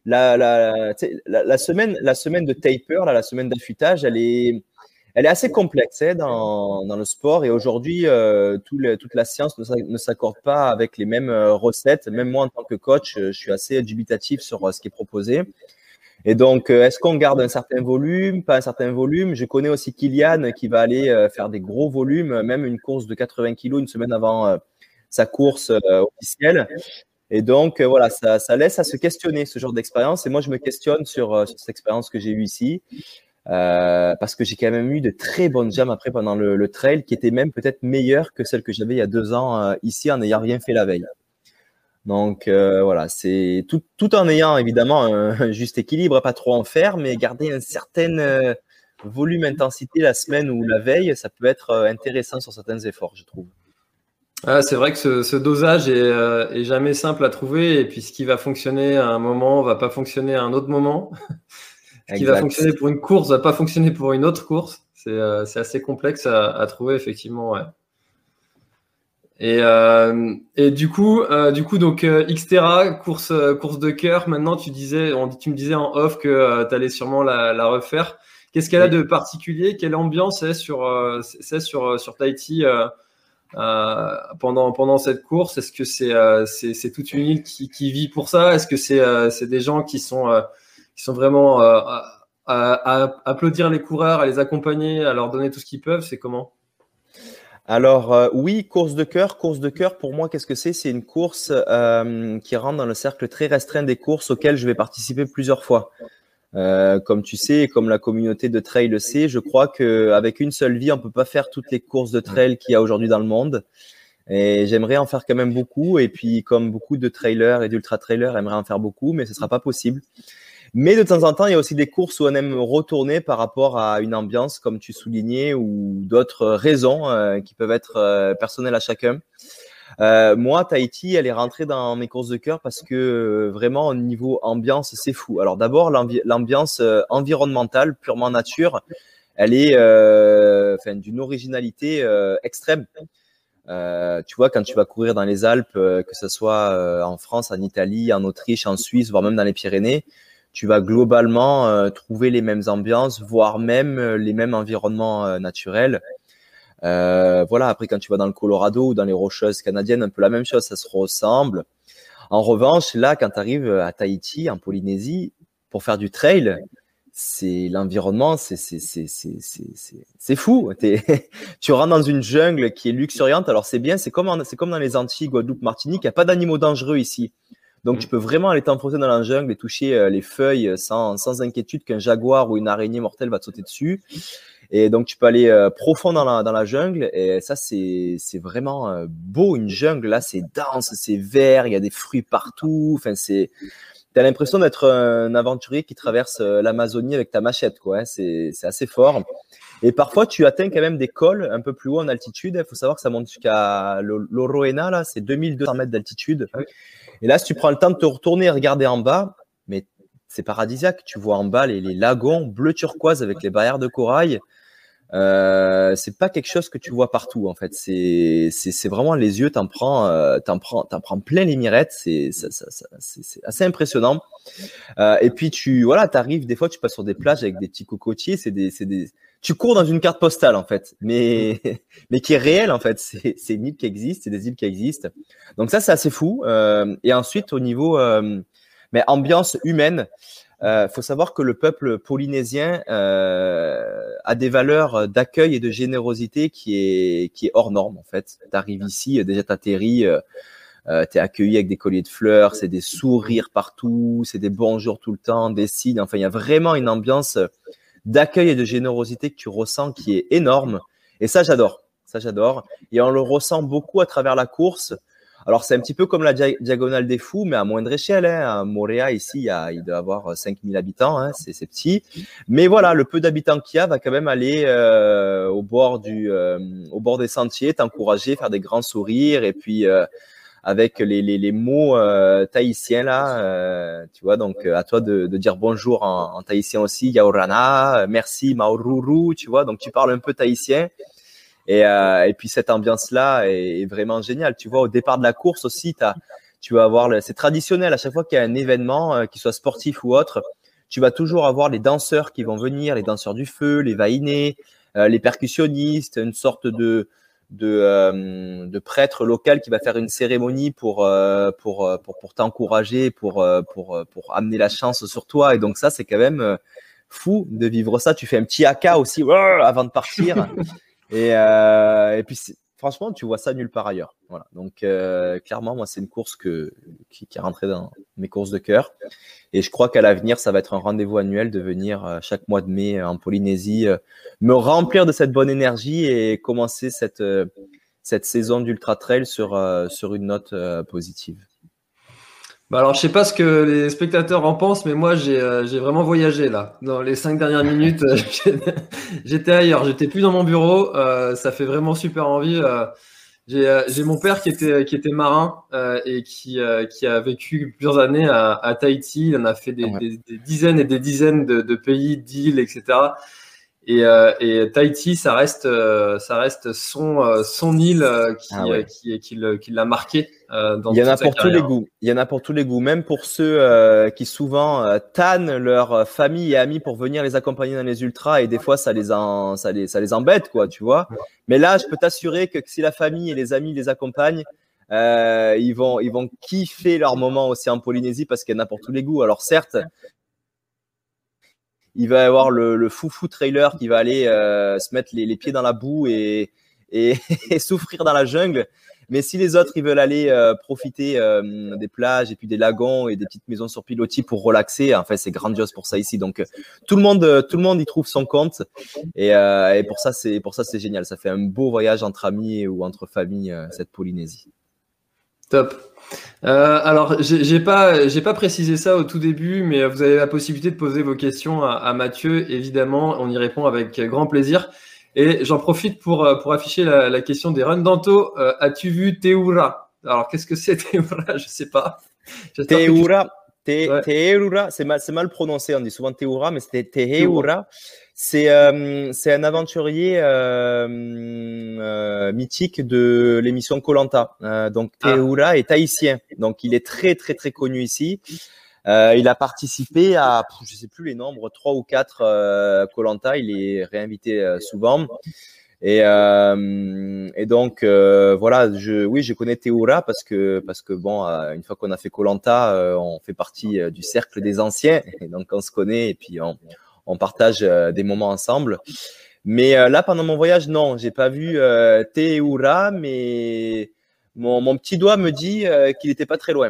la semaine de taper, la semaine d'affûtage, elle est assez complexe dans le sport et aujourd'hui, toute la science ne s'accorde pas avec les mêmes recettes. Même moi, en tant que coach, je suis assez dubitatif sur ce qui est proposé. Et donc, est-ce qu'on garde un certain volume, pas un certain volume? Je connais aussi Kylian qui va aller faire des gros volumes, même une course de 80 kilos une semaine avant sa course officielle. Et donc, voilà, ça laisse à se questionner ce genre d'expérience. Et moi, je me questionne sur cette expérience que j'ai eue ici. Parce que j'ai quand même eu de très bonnes jambes après pendant le trail qui étaient même peut-être meilleures que celles que j'avais il y a 2 ans ici en n'ayant rien fait la veille. Donc voilà, c'est tout en ayant évidemment un juste équilibre, pas trop en faire, mais garder un certain volume, intensité la semaine ou la veille, ça peut être intéressant sur certains efforts, je trouve. Ah, c'est vrai que ce dosage est jamais simple à trouver et puis ce qui va fonctionner à un moment va pas fonctionner à un autre moment. Ce qui va fonctionner pour une course va pas fonctionner pour une autre course. C'est assez complexe à trouver effectivement. Ouais. Et du coup donc Xterra course de cœur. Maintenant tu me disais en off que tu allais sûrement la refaire. Qu'est-ce qu'elle a de particulier? Quelle ambiance est sur Tahiti pendant cette course? Est-ce que c'est toute une île qui vit pour ça? Est-ce que c'est des gens qui sont vraiment à applaudir les coureurs, à les accompagner, à leur donner tout ce qu'ils peuvent? C'est comment? Alors oui, course de cœur pour moi, qu'est-ce que c'est? C'est une course qui rentre dans le cercle très restreint des courses auxquelles je vais participer plusieurs fois. Comme tu sais, et comme la communauté de trail le sait, je crois qu'avec une seule vie, on peut pas faire toutes les courses de trail qu'il y a aujourd'hui dans le monde. Et j'aimerais en faire quand même beaucoup. Et puis, comme beaucoup de trailers et d'ultra-trailers, j'aimerais en faire beaucoup, mais ce sera pas possible. Mais de temps en temps, il y a aussi des courses où on aime retourner par rapport à une ambiance, comme tu soulignais, ou d'autres raisons qui peuvent être personnelles à chacun. Moi, Tahiti, elle est rentrée dans mes courses de cœur parce que vraiment, au niveau ambiance, c'est fou. Alors d'abord, l'ambiance environnementale, purement nature, elle est d'une originalité extrême. Tu vois, quand tu vas courir dans les Alpes, que ce soit en France, en Italie, en Autriche, en Suisse, voire même dans les Pyrénées, tu vas globalement trouver les mêmes ambiances, voire même les mêmes environnements naturels. Voilà, après quand tu vas dans le Colorado ou dans les Rocheuses canadiennes, un peu la même chose, ça se ressemble. En revanche, là, quand tu arrives à Tahiti, en Polynésie, pour faire du trail, c'est l'environnement, c'est fou. Tu rentres dans une jungle qui est luxuriante. Alors c'est bien, c'est comme dans les Antilles, Guadeloupe, Martinique, il n'y a pas d'animaux dangereux ici. Donc tu peux vraiment aller t'enfoncer dans la jungle et toucher les feuilles sans inquiétude qu'un jaguar ou une araignée mortelle va te sauter dessus. Et donc tu peux aller profond dans la jungle et ça c'est vraiment beau, une jungle là, c'est dense, c'est vert, il y a des fruits partout. Enfin t'as l'impression d'être un aventurier qui traverse l'Amazonie avec ta machette, quoi. Hein. C'est assez fort. Et parfois, tu atteins quand même des cols un peu plus haut en altitude. Il faut savoir que ça monte jusqu'à l'Oroena, là, c'est 2200 mètres d'altitude. Et là, si tu prends le temps de te retourner et regarder en bas, mais c'est paradisiaque. Tu vois en bas les lagons bleu turquoise avec les barrières de corail. C'est pas quelque chose que tu vois partout, en fait. C'est vraiment les yeux, t'en prends plein les mirettes. C'est assez impressionnant. Et puis t'arrives, des fois, tu passes sur des plages avec des petits cocotiers. Tu cours dans une carte postale, en fait, mais qui est réelle, en fait. C'est une île qui existe, c'est des îles qui existent. Donc ça, c'est assez fou. Et ensuite, au niveau mais ambiance humaine, faut savoir que le peuple polynésien a des valeurs d'accueil et de générosité qui est hors norme, en fait. T'arrives ici, déjà t'atterris, t'es accueilli avec des colliers de fleurs, c'est des sourires partout, c'est des bonjours tout le temps, des signes. Enfin, il y a vraiment une ambiance d'accueil et de générosité que tu ressens qui est énorme. Et ça, j'adore. Ça, j'adore. Et on le ressent beaucoup à travers la course. Alors, c'est un petit peu comme la Diagonale des Fous, mais à moindre échelle. Hein. À Moorea, ici, il doit y avoir 5000 habitants. Hein. C'est petit. Mais voilà, le peu d'habitants qu'il y a va quand même aller au bord des sentiers, t'encourager, faire des grands sourires. Et puis, avec les mots tahitiens là, tu vois, donc à toi de dire bonjour en tahitien aussi, Yaorana, merci Maururu, tu vois, donc tu parles un peu tahitien et puis cette ambiance là est vraiment géniale, tu vois. Au départ de la course aussi, tu vas avoir c'est traditionnel à chaque fois qu'il y a un événement, qu'il soit sportif ou autre, tu vas toujours avoir les danseurs qui vont venir, les danseurs du feu, les vaïnés, les percussionnistes, une sorte de prêtre local qui va faire une cérémonie pour t'encourager, pour amener la chance sur toi. Et donc ça, c'est quand même fou de vivre ça. Tu fais un petit haka aussi avant de partir. Et puis franchement, tu vois ça nulle part ailleurs. Voilà. Donc clairement, moi, c'est une course qui est rentrée dans mes courses de cœur. Et je crois qu'à l'avenir, ça va être un rendez-vous annuel de venir chaque mois de mai en Polynésie, me remplir de cette bonne énergie et commencer cette saison d'Ultra Trail sur une note positive. Bah alors, je sais pas ce que les spectateurs en pensent, mais moi, j'ai vraiment voyagé là. Dans les 5 dernières minutes, j'étais ailleurs. J'étais plus dans mon bureau. Ça fait vraiment super envie. J'ai mon père qui était marin et qui a vécu plusieurs années à Tahiti. Il en a fait des dizaines et des dizaines de pays, d'îles, etc. Et Tahiti, ça reste son île qui l'a marqué dans Il y en a toute sa pour tous les carrière. goûts. Il y en a pour tous les goûts, même pour ceux qui souvent tannent leur famille et amis pour venir les accompagner dans les ultras et des fois ça les embête, quoi, tu vois. Mais là, je peux t'assurer que si la famille et les amis les accompagnent, ils vont kiffer leur moment aussi en Polynésie parce qu'il y en a pour tous les goûts. Alors certes, il va y avoir le foufou trailer qui va aller se mettre les pieds dans la boue et souffrir dans la jungle. Mais si les autres ils veulent aller profiter des plages et puis des lagons et des petites maisons sur pilotis pour relaxer, en fait c'est grandiose pour ça ici. Donc tout le monde y trouve son compte et pour ça c'est génial. Ça fait un beau voyage entre amis ou entre familles cette Polynésie. Top. Alors, j'ai pas précisé ça au tout début, mais vous avez la possibilité de poser vos questions à Mathieu. Évidemment, on y répond avec grand plaisir. Et j'en profite pour afficher la question des Rundanto. As-tu vu Teura? Alors, qu'est-ce que c'est Teura? Je sais pas. Teura, c'est mal prononcé. On dit souvent Teura, mais c'était Teura. C'est un aventurier mythique de l'émission Koh-Lanta. Donc Teura est tahitien. Donc il est très très très connu ici. Il a participé à, je sais plus les nombres, 3 ou 4 Koh-Lanta. Il est réinvité souvent. Et donc voilà, je connais Teura parce que bon, une fois qu'on a fait Koh-Lanta, on fait partie du cercle des anciens et donc on se connaît et puis on partage des moments ensemble. Mais là, pendant mon voyage, non, j'ai pas vu Teura, mais mon petit doigt me dit qu'il était pas très loin.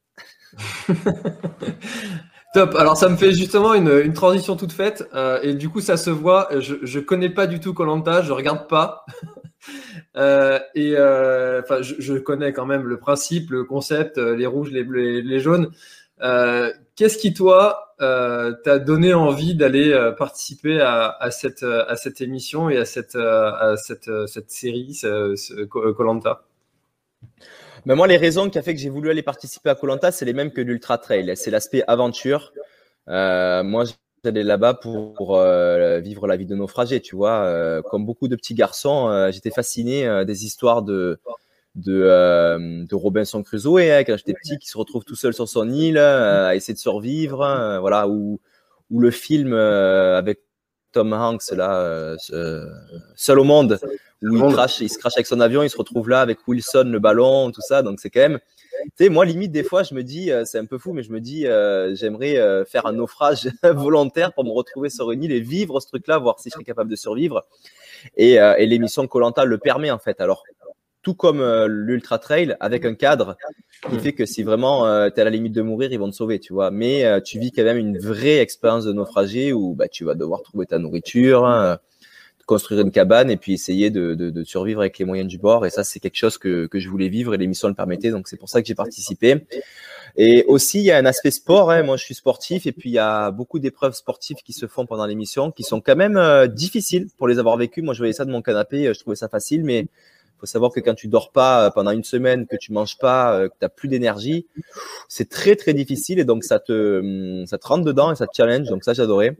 Top. Alors ça me fait justement une transition toute faite et du coup ça se voit. Je connais pas du tout Koh-Lanta, je regarde pas. Je connais quand même le principe, le concept, les rouges, les bleus, les jaunes. Qu'est-ce qui, toi, t'a donné envie d'aller participer à cette émission et à cette série, Koh-Lanta? Mais moi, les raisons qui a fait que j'ai voulu aller participer à Koh-Lanta, c'est les mêmes que l'Ultra Trail. C'est l'aspect aventure. Moi, j'allais là-bas pour vivre la vie de naufragé, tu vois. Comme beaucoup de petits garçons, j'étais fasciné des histoires de Robinson Crusoe, hein, quand j'étais petit, qui se retrouve tout seul sur son île à essayer de survivre, voilà, ou le film avec Tom Hanks là, Seul au monde, où il se crache avec son avion, il se retrouve là avec Wilson, le ballon, tout ça. Donc c'est quand même, tu sais, moi limite des fois je me dis, c'est un peu fou, mais je me dis, j'aimerais faire un naufrage volontaire pour me retrouver sur une île et vivre ce truc-là, voir si je serais capable de survivre. Et l'émission Koh-Lanta le permet en fait. Alors tout comme l'Ultra Trail, avec un cadre qui fait que si vraiment tu es à la limite de mourir, ils vont te sauver, tu vois. Mais tu vis quand même une vraie expérience de naufragé où tu vas devoir trouver ta nourriture, construire une cabane et puis essayer de survivre avec les moyens du bord. Et ça, c'est quelque chose que je voulais vivre et l'émission le permettait. Donc, c'est pour ça que j'ai participé. Et aussi, il y a un aspect sport. Hein. Moi, je suis sportif et puis il y a beaucoup d'épreuves sportives qui se font pendant l'émission qui sont quand même difficiles pour les avoir vécues. Moi, je voyais ça de mon canapé, je trouvais ça facile, mais faut savoir que quand tu dors pas pendant une semaine, que tu manges pas, que tu n'as plus d'énergie, c'est très très difficile et donc ça te rentre dedans et ça te challenge. Donc ça, j'adorais.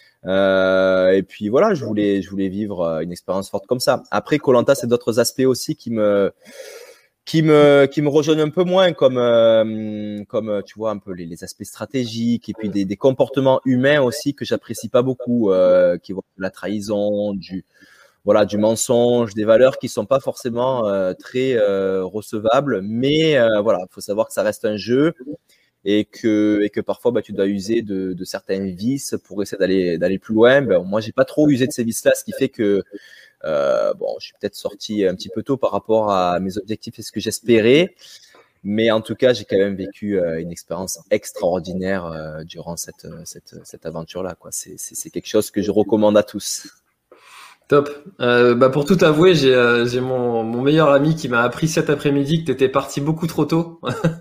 Et puis voilà, je voulais vivre une expérience forte comme ça. Après, Koh-Lanta, c'est d'autres aspects aussi qui me rejoignent un peu moins, comme tu vois un peu les aspects stratégiques et puis des comportements humains aussi que j'apprécie pas beaucoup, qui vont de la trahison, du mensonge, des valeurs qui sont pas forcément très recevables, mais voilà, faut savoir que ça reste un jeu et que parfois tu dois user de certains vices pour essayer d'aller plus loin. Moi, j'ai pas trop usé de ces vices-là, ce qui fait que je suis peut-être sorti un petit peu tôt par rapport à mes objectifs et ce que j'espérais, mais en tout cas, j'ai quand même vécu une expérience extraordinaire durant cette aventure-là, quoi. C'est quelque chose que je recommande à tous. Top. Pour tout avouer, j'ai mon meilleur ami qui m'a appris cet après-midi que t'étais parti beaucoup trop tôt,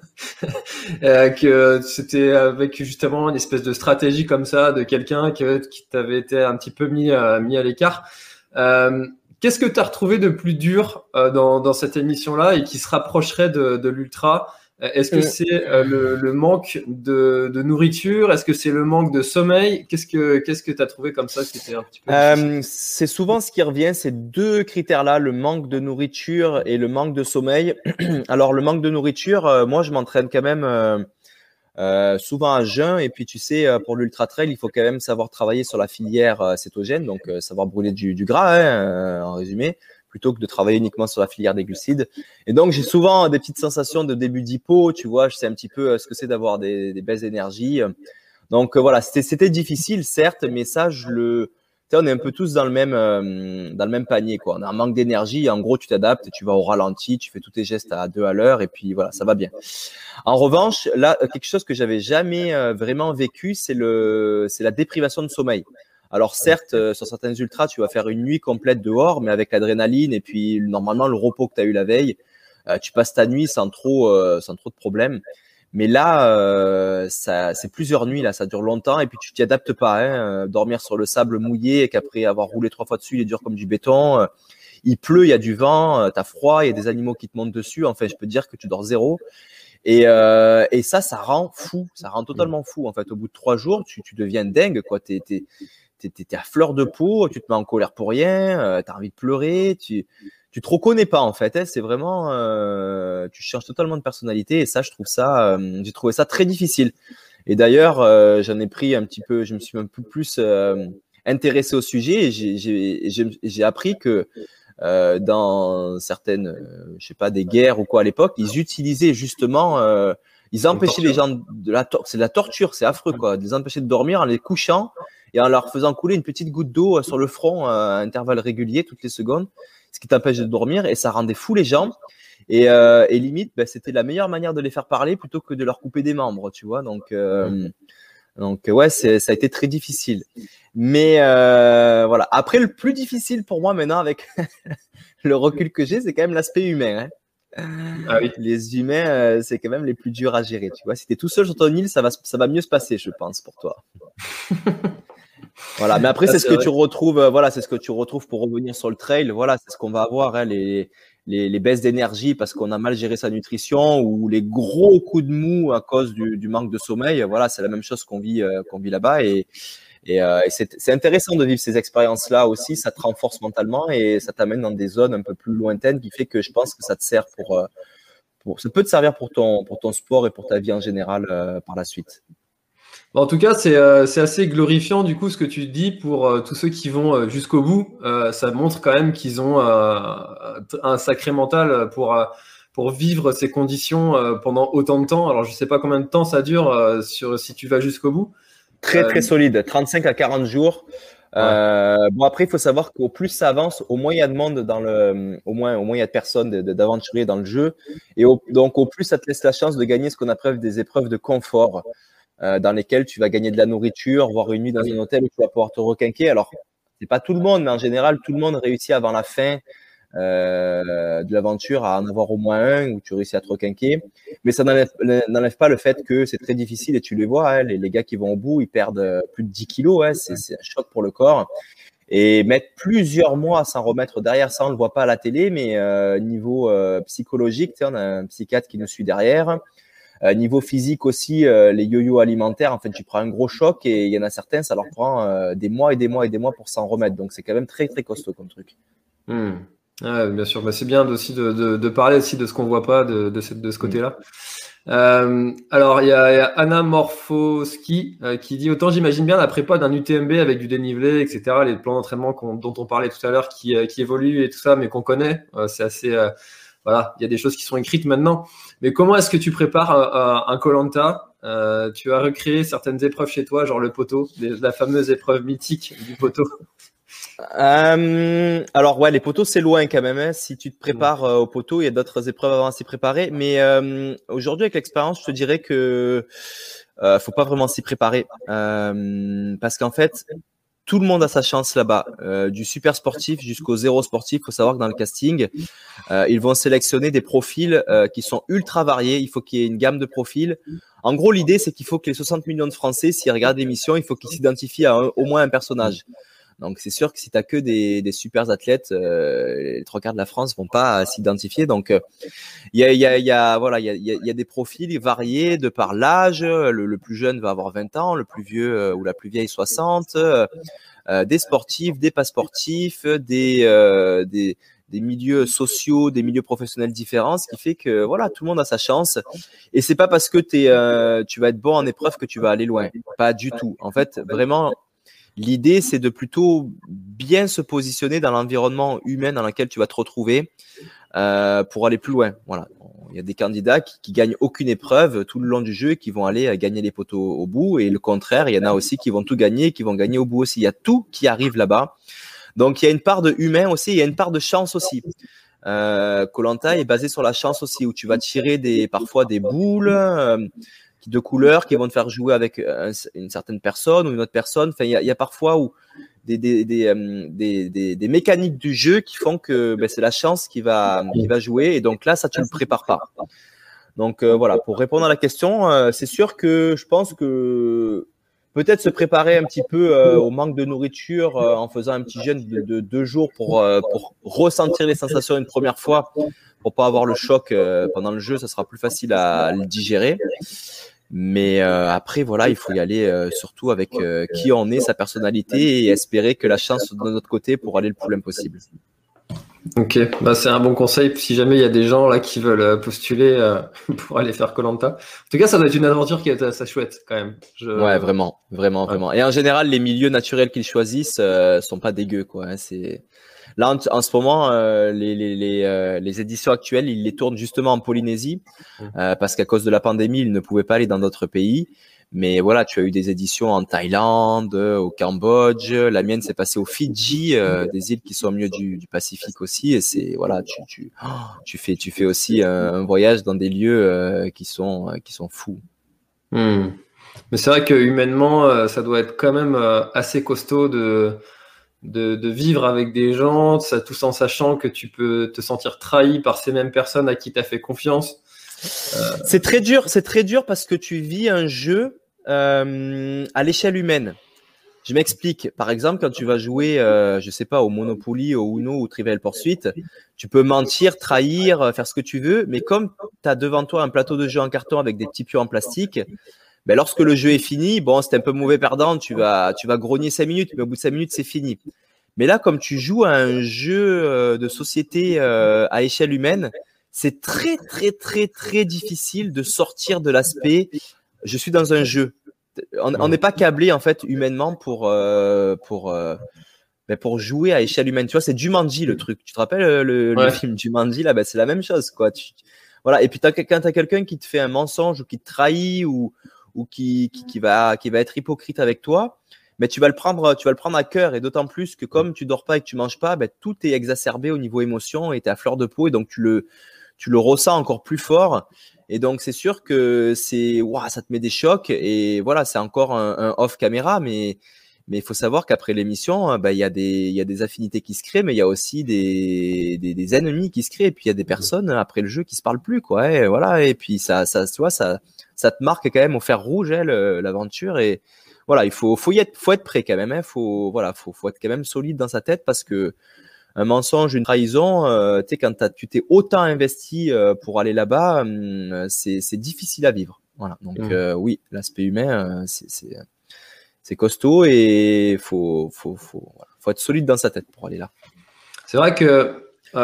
que c'était avec justement une espèce de stratégie comme ça de quelqu'un qui t'avait été un petit peu mis à l'écart. Qu'est-ce que t'as retrouvé de plus dur dans cette émission-là et qui se rapprocherait de l'ultra? Est-ce que c'est le manque de nourriture? Est-ce que c'est le manque de sommeil? Qu'est-ce que tu as trouvé comme ça qui était un petit peu c'est souvent ce qui revient, ces deux critères-là, le manque de nourriture et le manque de sommeil. Alors, le manque de nourriture, moi, je m'entraîne quand même souvent à jeun. Et puis, tu sais, pour l'Ultra Trail, il faut quand même savoir travailler sur la filière cétogène, donc savoir brûler du gras, en résumé, plutôt que de travailler uniquement sur la filière des glucides. Et donc, j'ai souvent des petites sensations de début d'hypo, tu vois, je sais un petit peu ce que c'est d'avoir des belles énergies. Donc, voilà, c'était difficile, certes, mais ça, tu sais, on est un peu tous dans le même panier, quoi. On a un manque d'énergie, en gros, tu t'adaptes, tu vas au ralenti, tu fais tous tes gestes à 2 à l'heure, et puis voilà, ça va bien. En revanche, là, quelque chose que j'avais jamais vraiment vécu, c'est la déprivation de sommeil. Alors certes, sur certains ultras, tu vas faire une nuit complète dehors, mais avec l'adrénaline et puis normalement le repos que tu as eu la veille, tu passes ta nuit sans trop de problèmes. Mais là, c'est plusieurs nuits, là, ça dure longtemps et puis tu t'y adaptes pas. Dormir sur le sable mouillé et qu'après avoir roulé 3 fois dessus, il est dur comme du béton. Il pleut, il y a du vent, t'as froid, il y a des animaux qui te montent dessus. Enfin, je peux te dire que tu dors zéro. Et ça rend fou, ça rend totalement fou. En fait, au bout de 3 jours, tu deviens dingue, quoi. T'es à fleur de peau, tu te mets en colère pour rien, t'as envie de pleurer, tu te reconnais pas en fait. C'est vraiment, tu changes totalement de personnalité et ça, j'ai trouvé ça très difficile. Et d'ailleurs, j'en ai pris un petit peu, je me suis un peu plus intéressé au sujet et j'ai appris que dans certaines, je sais pas, des guerres ou quoi à l'époque, ils utilisaient justement, ils empêchaient les gens c'est de la torture, c'est affreux quoi, de les empêcher de dormir en les couchant et en leur faisant couler une petite goutte d'eau sur le front à intervalles réguliers toutes les secondes, ce qui t'empêche de dormir et ça rendait fou les gens. Et limite, c'était la meilleure manière de les faire parler plutôt que de leur couper des membres, tu vois. Donc ouais, ça a été très difficile. Mais voilà. Après, le plus difficile pour moi maintenant, avec le recul que j'ai, c'est quand même l'aspect humain. Ah oui. Les humains, c'est quand même les plus durs à gérer. Tu vois, si tu es tout seul sur ton île, ça va mieux se passer, je pense, pour toi. Voilà, mais après, Ah, c'est ce c'est que vrai. tu retrouves, voilà, c'est ce que tu retrouves pour revenir sur le trail. Voilà, c'est ce qu'on va avoir, hein, les baisses d'énergie parce qu'on a mal géré sa nutrition ou les gros coups de mou à cause du manque de sommeil. Voilà, c'est la même chose qu'on vit là-bas et c'est intéressant de vivre ces expériences-là aussi. Ça te renforce mentalement et ça t'amène dans des zones un peu plus lointaines qui fait que je pense que ça te sert ça peut te servir pour ton sport et pour ta vie en général par la suite. Bon, en tout cas, c'est assez glorifiant du coup ce que tu dis pour tous ceux qui vont jusqu'au bout. Ça montre quand même qu'ils ont un sacré mental pour vivre ces conditions pendant autant de temps. Alors, je sais pas combien de temps ça dure si tu vas jusqu'au bout. Très, Euh, très solide, 35 à 40 jours. ouais. Bon, après, il faut savoir qu'au plus ça avance, au moins il y a de monde au moins il y a de personnes, d'aventuriers dans le jeu. Donc, au plus ça te laisse la chance de gagner ce qu'on appelle des épreuves de confort, dans lesquelles tu vas gagner de la nourriture, voire une nuit dans un hôtel où tu vas pouvoir te requinquer. Alors, c'est pas tout le monde, mais en général, tout le monde réussit avant la fin de l'aventure à en avoir au moins un où tu réussis à te requinquer. Mais ça n'enlève pas le fait que c'est très difficile et tu les vois, hein, les gars qui vont au bout, ils perdent plus de 10 kilos, hein, c'est un choc pour le corps. Et mettre plusieurs mois à s'en remettre derrière, ça on le voit pas à la télé, mais niveau psychologique, tu sais, on a un psychiatre qui nous suit derrière. Niveau physique aussi, les yo-yo alimentaires, en fait, tu prends un gros choc et il y en a certains, ça leur prend des mois et des mois et des mois pour s'en remettre. Donc c'est quand même très très costaud comme truc. Hmm. Ouais, bien sûr. Bah, c'est bien aussi de parler aussi de ce qu'on voit pas de ce Mm. côté-là. Alors, il y a Anna Morfoski qui dit autant j'imagine bien la prépa d'un UTMB avec du dénivelé, etc. Les plans d'entraînement dont on parlait tout à l'heure qui évoluent et tout ça, mais qu'on connaît. C'est assez. Voilà, il y a des choses qui sont écrites maintenant. Mais comment est-ce que tu prépares un Koh-Lanta? Tu as recréé certaines épreuves chez toi, genre le poteau, la fameuse épreuve mythique du poteau. Alors ouais, les poteaux c'est loin quand même, hein. Si tu te prépares au poteau, il y a d'autres épreuves avant à s'y préparer. Mais aujourd'hui avec l'expérience, je te dirais que faut pas vraiment s'y préparer parce qu'en fait tout le monde a sa chance là-bas. Du super sportif jusqu'au zéro sportif, faut savoir que dans le casting, ils vont sélectionner des profils qui sont ultra variés. Il faut qu'il y ait une gamme de profils. En gros, l'idée c'est qu'il faut que les 60 millions de Français, s'ils regardent l'émission, il faut qu'ils s'identifient à au moins un personnage. Donc c'est sûr que si tu as que des super athlètes, les trois quarts de la France vont pas s'identifier. Donc il y a des profils variés de par l'âge. Le plus jeune va avoir 20 ans, le plus vieux ou la plus vieille 60. Des sportifs, des pas sportifs, des milieux sociaux, des milieux professionnels différents, ce qui fait que voilà, tout le monde a sa chance. Et c'est pas parce que tu vas être bon en épreuve que tu vas aller loin. Pas du tout. En fait, vraiment. L'idée, c'est de plutôt bien se positionner dans l'environnement humain dans lequel tu vas te retrouver pour aller plus loin. Voilà. Il y a des candidats qui gagnent aucune épreuve tout le long du jeu et qui vont aller gagner les poteaux au bout. Et le contraire, il y en a aussi qui vont tout gagner et qui vont gagner au bout aussi. Il y a tout qui arrive là-bas. Donc, il y a une part de humain aussi, il y a une part de chance aussi. Koh-Lanta est basé sur la chance aussi, où tu vas tirer parfois des boules de couleurs qui vont te faire jouer avec une certaine personne ou une autre personne. Enfin, il y a parfois où des mécaniques du jeu qui font que c'est la chance qui va jouer. Et donc là, ça, tu ne le prépares pas. Donc voilà, pour répondre à la question, c'est sûr que je pense que peut-être se préparer un petit peu au manque de nourriture en faisant un petit jeûne de 2 jours pour ressentir les sensations une première fois, pour pas avoir le choc pendant le jeu, ça sera plus facile à le digérer. Mais après, voilà, il faut y aller surtout avec qui on est, sa personnalité et espérer que la chance soit de notre côté pour aller le plus loin possible. Ok, bah c'est un bon conseil si jamais il y a des gens là qui veulent postuler pour aller faire Koh-Lanta. En tout cas, ça doit être une aventure qui est assez chouette quand même. Ouais, vraiment. Et en général, les milieux naturels qu'ils choisissent sont pas dégueux, quoi. Hein, là en ce moment, les éditions actuelles, ils les tournent justement en Polynésie parce qu'à cause de la pandémie, ils ne pouvaient pas aller dans d'autres pays. Mais voilà, tu as eu des éditions en Thaïlande, au Cambodge. La mienne s'est passée aux Fidji, des îles qui sont au milieu du Pacifique aussi. Et c'est voilà, tu fais aussi un voyage dans des lieux qui sont fous. Mais c'est vrai que humainement, ça doit être quand même assez costaud de de vivre avec des gens, ça, tout en sachant que tu peux te sentir trahi par ces mêmes personnes à qui tu as fait confiance. C'est très dur parce que tu vis un jeu à l'échelle humaine. Je m'explique. Par exemple, quand tu vas jouer, je sais pas, au Monopoly, au Uno ou Trivial Pursuit, tu peux mentir, trahir, faire ce que tu veux, mais comme tu as devant toi un plateau de jeu en carton avec des petits pions en plastique, ben lorsque le jeu est fini, bon, c'est un peu mauvais perdant, tu vas grogner 5 minutes, mais au bout de 5 minutes, c'est fini. Mais là, comme tu joues à un jeu de société à échelle humaine, c'est très, très, très, très difficile de sortir de l'aspect « je suis dans un jeu ». On n'est pas câblé en fait humainement pour jouer à échelle humaine. Tu vois, c'est Jumanji le truc. Tu te rappelles le film Jumanji là, ben c'est la même chose quoi. Voilà. Et puis quand t'as quelqu'un qui te fait un mensonge ou qui te trahit ou qui va être hypocrite avec toi, mais tu vas le prendre à cœur, et d'autant plus que comme tu dors pas et que tu manges pas, ben tout est exacerbé au niveau émotion et t'es à fleur de peau, et donc tu le ressens encore plus fort. Et donc, c'est sûr que ça te met des chocs, et voilà, c'est encore un off caméra, mais il faut savoir qu'après l'émission, il y a des affinités qui se créent, mais il y a aussi des ennemis qui se créent, et puis il y a des personnes après le jeu qui se parlêtre plus, quoi. Et voilà. Et puis ça te marque quand même au fer rouge, l'aventure. Et voilà, il faut être prêt quand même, faut être quand même solide dans sa tête, parce que un mensonge, une trahison, tu sais, quand tu t'es autant investi pour aller là-bas, c'est difficile à vivre. Voilà. Donc oui, l'aspect humain, c'est costaud, et faut être solide dans sa tête pour aller là. C'est vrai que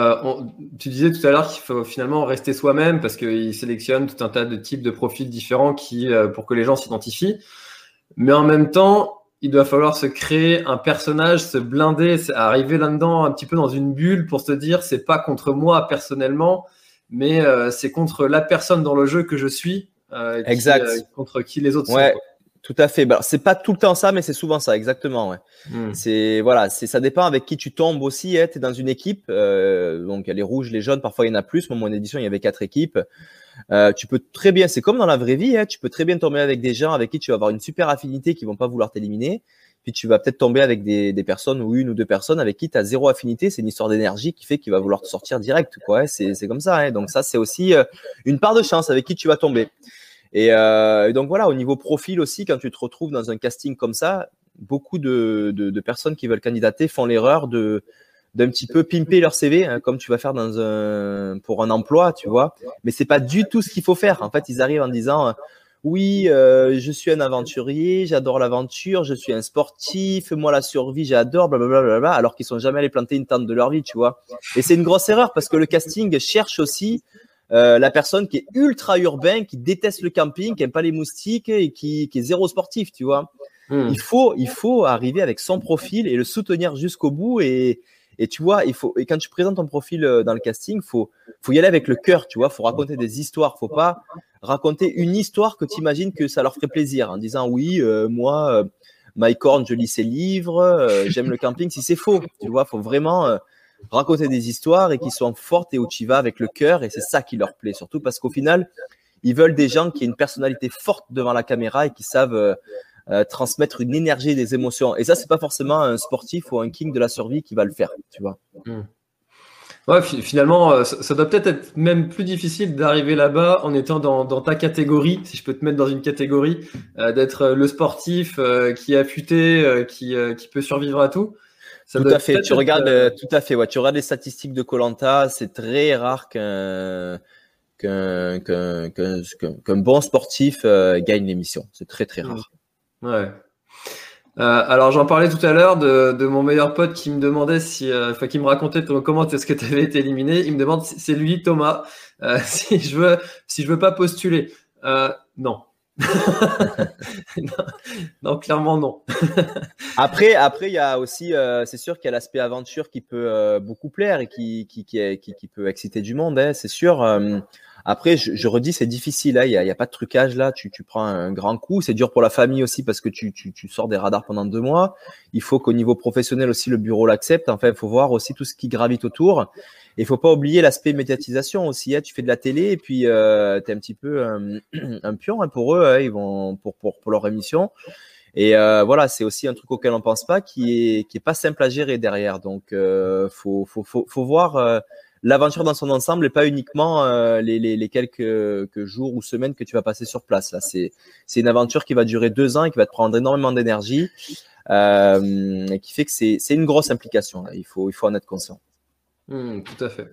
tu disais tout à l'heure qu'il faut finalement rester soi-même, parce qu'il sélectionne tout un tas de types de profils différents pour que les gens s'identifient. Mais en même temps, il doit falloir se créer un personnage, se blinder, arriver là-dedans un petit peu dans une bulle pour se dire c'est pas contre moi personnellement, mais c'est contre la personne dans le jeu que je suis, exact. Contre qui les autres sont. Ouais, tout à fait. C'est pas tout le temps ça, mais c'est souvent ça, exactement. Ouais. Ça dépend avec qui tu tombes aussi. T'es dans une équipe, donc il y a les rouges, les jaunes, parfois il y en a plus. Moi, mon édition, il y avait 4 équipes. Tu peux très bien, c'est comme dans la vraie vie, tu peux très bien tomber avec des gens avec qui tu vas avoir une super affinité, qui vont pas vouloir t'éliminer. Puis tu vas peut-être tomber avec des personnes, ou une ou deux personnes avec qui tu as zéro affinité. C'est une histoire d'énergie qui fait qu'il va vouloir te sortir direct, quoi. C'est comme ça. Donc ça, c'est aussi une part de chance avec qui tu vas tomber. Et donc voilà, au niveau profil aussi, quand tu te retrouves dans un casting comme ça, beaucoup de personnes qui veulent candidater font l'erreur d'un petit peu pimper leur CV, comme tu vas faire pour un emploi, tu vois. Mais c'est pas du tout ce qu'il faut faire. En fait, ils arrivent en disant oui, je suis un aventurier, j'adore l'aventure, je suis un sportif, moi la survie, j'adore, blablabla, alors qu'ils sont jamais allés planter une tente de leur vie, tu vois. Et c'est une grosse erreur, parce que le casting cherche aussi la personne qui est ultra urbain, qui déteste le camping, qui aime pas les moustiques, et qui est zéro sportif, tu vois. Il faut arriver avec son profil et le soutenir jusqu'au bout, et tu vois, et quand tu présentes ton profil dans le casting, faut y aller avec le cœur, tu vois. Faut raconter des histoires. Faut pas raconter une histoire que tu imagines que ça leur ferait plaisir, en disant oui, moi, Mike Horn, je lis ses livres, j'aime le camping. Si c'est faux, tu vois, faut vraiment raconter des histoires, et qui sont fortes, et où tu vas avec le cœur, et c'est ça qui leur plaît, surtout parce qu'au final, ils veulent des gens qui aient une personnalité forte devant la caméra, et qui savent transmettre une énergie et des émotions. Et ça, c'est pas forcément un sportif ou un king de la survie qui va le faire, tu vois. Ouais, finalement, ça doit peut-être être même plus difficile d'arriver là-bas en étant dans ta catégorie, si je peux te mettre dans une catégorie, d'être le sportif qui est affûté, qui peut survivre à tout. Tout à fait. Tu regardes, tout à fait. Ouais, tu regardes les statistiques de Koh-Lanta, c'est très rare qu'un bon sportif gagne l'émission. C'est très très rare. Ouais. Alors j'en parlais tout à l'heure de mon meilleur pote qui me demandait qui me racontait comment est-ce que tu avais été éliminé. Il me demande si c'est lui, Thomas, si je veux pas postuler. Non. non, clairement non. Après il y a aussi, c'est sûr qu'il y a l'aspect aventure qui peut beaucoup plaire, et qui peut exciter du monde, c'est sûr. Après, je redis, c'est difficile. Il y a pas de trucage là. Tu prends un grand coup. C'est dur pour la famille aussi, parce que tu sors des radars pendant 2 mois. Il faut qu'au niveau professionnel aussi, le bureau l'accepte. Enfin, il faut voir aussi tout ce qui gravite autour. Et il faut pas oublier l'aspect médiatisation aussi. Tu fais de la télé, et puis t'es un petit peu un pion pour eux. Ils vont pour leur émission. Et voilà, c'est aussi un truc auquel on pense pas, qui est pas simple à gérer derrière. Donc, faut voir l'aventure dans son ensemble et pas uniquement les quelques jours ou semaines que tu vas passer sur place. Là, c'est une aventure qui va durer 2 ans et qui va te prendre énormément d'énergie, et qui fait que c'est une grosse implication. Là. Il faut en être conscient. Tout à fait.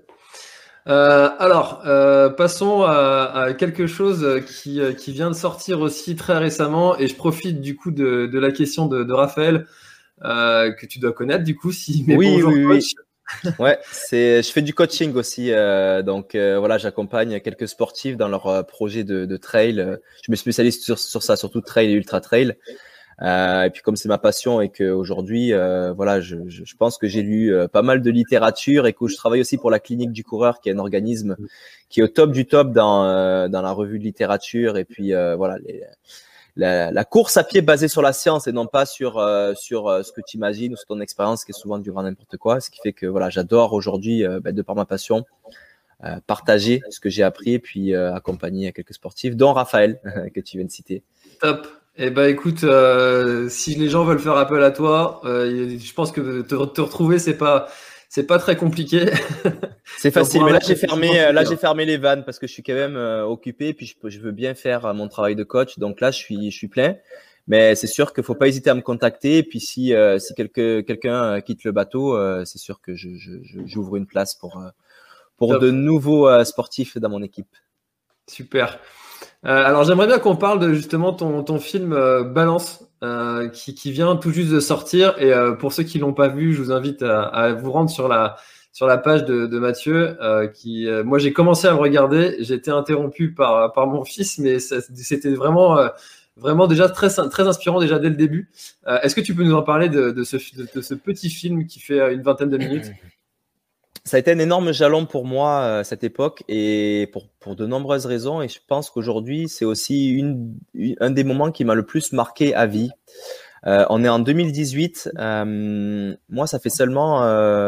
Passons à quelque chose qui vient de sortir aussi très récemment, et je profite du coup de la question de Raphaël, que tu dois connaître du coup, bonjour coach. Ouais, je fais du coaching aussi, donc voilà, j'accompagne quelques sportifs dans leur projet de trail. Je me spécialise sur ça, surtout trail et ultra trail. Et puis comme c'est ma passion et que aujourd'hui, voilà, je pense que j'ai lu pas mal de littérature et que je travaille aussi pour la Clinique du Coureur, qui est un organisme qui est au top du top dans la revue de littérature. Et puis voilà, la course à pied basée sur la science et non pas sur ce que tu imagines ou sur ton expérience, qui est souvent du grand n'importe quoi. Ce qui fait que voilà, j'adore aujourd'hui, de par ma passion, partager ce que j'ai appris et puis accompagner quelques sportifs, dont Raphaël que tu viens de citer. Top. Eh ben écoute, si les gens veulent faire appel à toi, je pense que te retrouver c'est pas très compliqué. C'est facile, mais là j'ai fermé les vannes parce que je suis quand même occupé, puis je veux bien faire mon travail de coach. Donc là je suis plein, mais c'est sûr qu'il faut pas hésiter à me contacter. Et puis si quelqu'un quitte le bateau, c'est sûr que j'ouvre une place pour de nouveaux sportifs dans mon équipe. Super. Alors j'aimerais bien qu'on parle de justement ton film Balance, qui vient tout juste de sortir, et pour ceux qui l'ont pas vu, je vous invite à vous rendre sur la page de Mathieu, moi j'ai commencé à le regarder, j'ai été interrompu par mon fils, mais c'était vraiment déjà très inspirant déjà dès le début. Est-ce que tu peux nous en parler de ce petit film qui fait une vingtaine de minutes? Ça a été un énorme jalon pour moi, cette époque, et pour de nombreuses raisons. Et je pense qu'aujourd'hui, c'est aussi un des moments qui m'a le plus marqué à vie. On est en 2018. Moi, ça fait seulement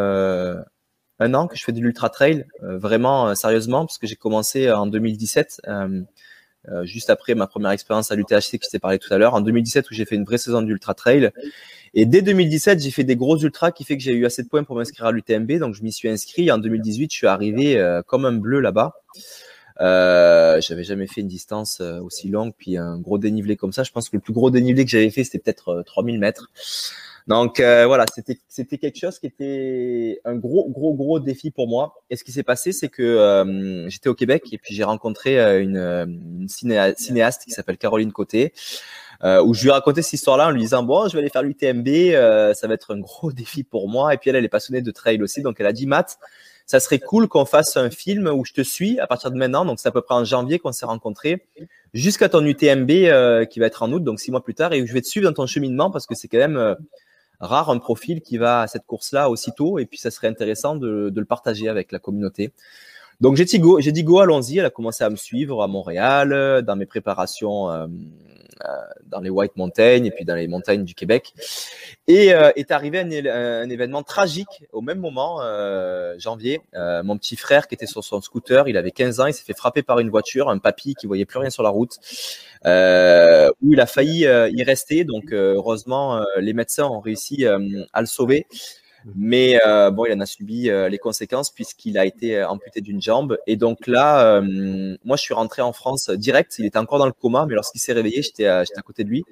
1 an que je fais de l'ultra trail, vraiment sérieusement, parce que j'ai commencé en 2017, juste après ma première expérience à l'UTHC que je t'ai parlé tout à l'heure, en 2017, où j'ai fait une vraie saison d'ultra trail. Et dès 2017, j'ai fait des gros ultras qui fait que j'ai eu assez de points pour m'inscrire à l'UTMB. Donc, je m'y suis inscrit. En 2018, je suis arrivé comme un bleu là-bas. J'avais jamais fait une distance aussi longue, puis un gros dénivelé comme ça. Je pense que le plus gros dénivelé que j'avais fait, c'était peut-être 3000 mètres. Donc, voilà, c'était quelque chose qui était un gros défi pour moi. Et ce qui s'est passé, c'est que j'étais au Québec et puis j'ai rencontré une cinéaste qui s'appelle Caroline Côté. Où je lui ai raconté cette histoire-là en lui disant bon, je vais aller faire l'UTMB, ça va être un gros défi pour moi. Et puis elle est passionnée de trail aussi, donc elle a dit Matt, ça serait cool qu'on fasse un film où je te suis à partir de maintenant. Donc c'est à peu près en janvier qu'on s'est rencontrés, jusqu'à ton UTMB qui va être en août, donc 6 mois plus tard, et où je vais te suivre dans ton cheminement parce que c'est quand même rare un profil qui va à cette course-là aussitôt. Et puis ça serait intéressant de le partager avec la communauté. Donc j'ai dit go, allons-y. Elle a commencé à me suivre à Montréal, dans mes préparations dans les White Mountains et puis dans les montagnes du Québec. Et est arrivé un événement tragique au même moment, janvier. Mon petit frère qui était sur son scooter, il avait 15 ans, il s'est fait frapper par une voiture, un papy qui voyait plus rien sur la route, où il a failli y rester. Donc heureusement, les médecins ont réussi à le sauver. Mais bon, il en a subi les conséquences puisqu'il a été amputé d'une jambe. Et donc là, moi, je suis rentré en France direct. Il était encore dans le coma, mais lorsqu'il s'est réveillé, j'étais à côté de lui.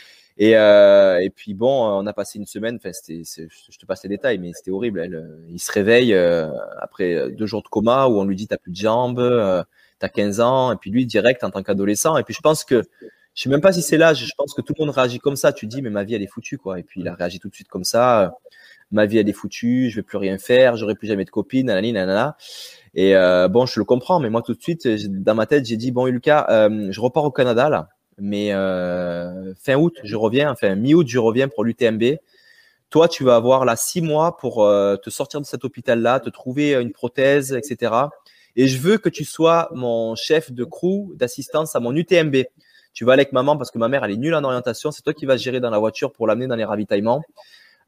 Et puis bon, on a passé une semaine. Enfin, je te passe les détails, mais c'était horrible. Il se réveille après 2 jours de coma où on lui dit t'as plus de jambes, t'as 15 ans. Et puis lui, direct en tant qu'adolescent. Et puis je pense que je sais même pas si c'est l'âge. Je pense que tout le monde réagit comme ça. Tu te dis mais ma vie elle est foutue quoi. Et puis il a réagi tout de suite comme ça. Ma vie elle est foutue, je vais plus rien faire, j'aurai plus jamais de copine, nanana. Et bon, je le comprends, mais moi tout de suite, dans ma tête, j'ai dit bon, Lucas, je repars au Canada là, mais fin août, je reviens, enfin mi-août, je reviens pour l'UTMB. Toi, tu vas avoir là 6 mois pour te sortir de cet hôpital-là, te trouver une prothèse, etc. Et je veux que tu sois mon chef de crew, d'assistance à mon UTMB. Tu vas aller avec maman parce que ma mère elle est nulle en orientation. C'est toi qui vas gérer dans la voiture pour l'amener dans les ravitaillements.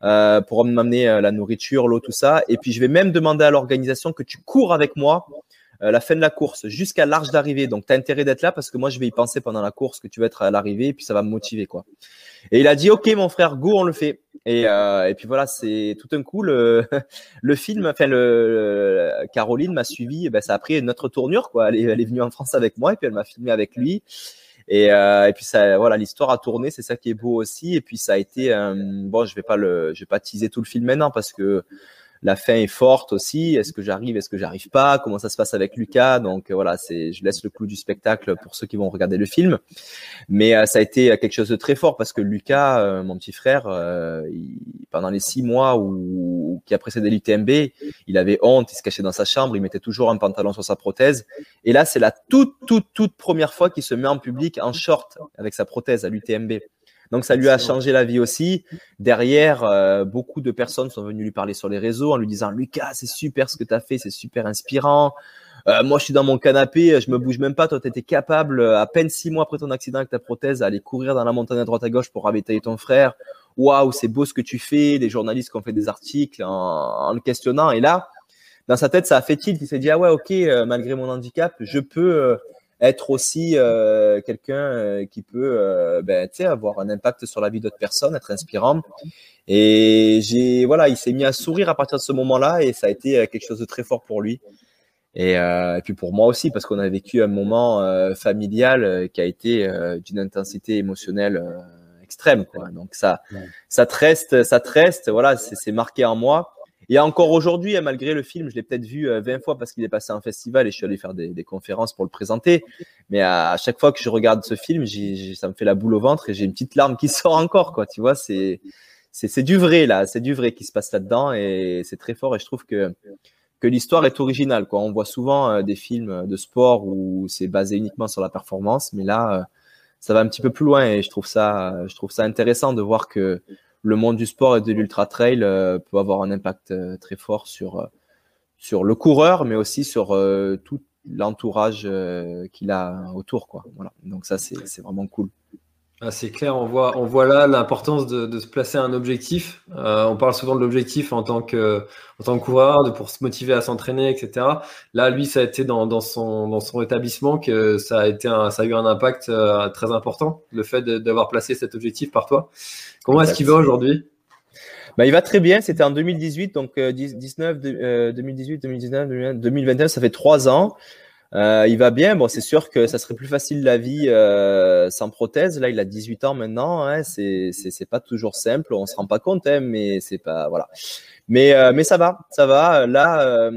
Pour m'amener la nourriture, l'eau, tout ça. Et puis, je vais même demander à l'organisation que tu cours avec moi la fin de la course jusqu'à l'arche d'arrivée. Donc, tu as intérêt d'être là parce que moi, je vais y penser pendant la course que tu vas être à l'arrivée et puis ça va me motiver, quoi. Et il a dit, OK, mon frère, go, on le fait. Et puis voilà, c'est tout un coup le film. Enfin, Caroline m'a suivi. Ben, ça a pris une autre tournure, quoi. Elle est venue en France avec moi et puis elle m'a filmé avec lui. Et puis ça, voilà, l'histoire a tourné. C'est ça qui est beau aussi. Et puis ça a été bon. Je vais pas teaser tout le film maintenant parce que la fin est forte aussi. Est-ce que j'arrive pas? Comment ça se passe avec Lucas? Donc voilà, je laisse le clou du spectacle pour ceux qui vont regarder le film. Mais ça a été quelque chose de très fort parce que Lucas, mon petit frère, pendant les 6 mois qui a précédé l'UTMB, il avait honte, il se cachait dans sa chambre, il mettait toujours un pantalon sur sa prothèse. Et là, c'est la toute première fois qu'il se met en public en short avec sa prothèse à l'UTMB. Donc, ça lui a changé la vie aussi. Derrière, beaucoup de personnes sont venues lui parler sur les réseaux en lui disant « Lucas, c'est super ce que tu as fait, c'est super inspirant. Moi, je suis dans mon canapé, je me bouge même pas. Toi, tu étais capable, à peine 6 mois après ton accident avec ta prothèse, à aller courir dans la montagne à droite à gauche pour ravitailler ton frère. Waouh, c'est beau ce que tu fais. » Les journalistes qui ont fait des articles en le questionnant. Et là, dans sa tête, ça a fait tilt. Il s'est dit « Ah ouais, ok, malgré mon handicap, je peux… être aussi quelqu'un qui peut avoir un impact sur la vie d'autres personnes, être inspirant. » Et il s'est mis à sourire à partir de ce moment-là et ça a été quelque chose de très fort pour lui. Et puis pour moi aussi, parce qu'on a vécu un moment familial qui a été d'une intensité émotionnelle extrême, quoi. Donc ça te reste, voilà, c'est marqué en moi. Et encore aujourd'hui, malgré le film, je l'ai peut-être vu 20 fois parce qu'il est passé en festival et je suis allé faire des conférences pour le présenter. Mais à chaque fois que je regarde ce film, ça me fait la boule au ventre et j'ai une petite larme qui sort encore, quoi. Tu vois, c'est du vrai là, c'est du vrai qui se passe là-dedans et c'est très fort. Et je trouve que l'histoire est originale, quoi. On voit souvent des films de sport où c'est basé uniquement sur la performance, mais là, ça va un petit peu plus loin et je trouve ça intéressant de voir que le monde du sport et de l'ultra trail peut avoir un impact très fort sur le coureur, mais aussi sur tout l'entourage qu'il a autour, quoi. Voilà. Donc ça, c'est vraiment cool. Ah, c'est clair, on voit là l'importance de se placer un objectif. On parle souvent de l'objectif en tant que coureur, pour se motiver à s'entraîner, etc. Là, lui, ça a été dans son établissement que ça a eu un impact très important, le fait d'avoir placé cet objectif par toi. Comment est-ce qu'il va aujourd'hui? Il va très bien. C'était en 2018, donc 2018, 2019, 2021, ça fait 3 ans. Il va bien. Bon, c'est sûr que ça serait plus facile la vie sans prothèse. Là, il a 18 ans maintenant. Hein. C'est pas toujours simple. On se rend pas compte, hein, mais c'est pas voilà. Mais ça va. Là,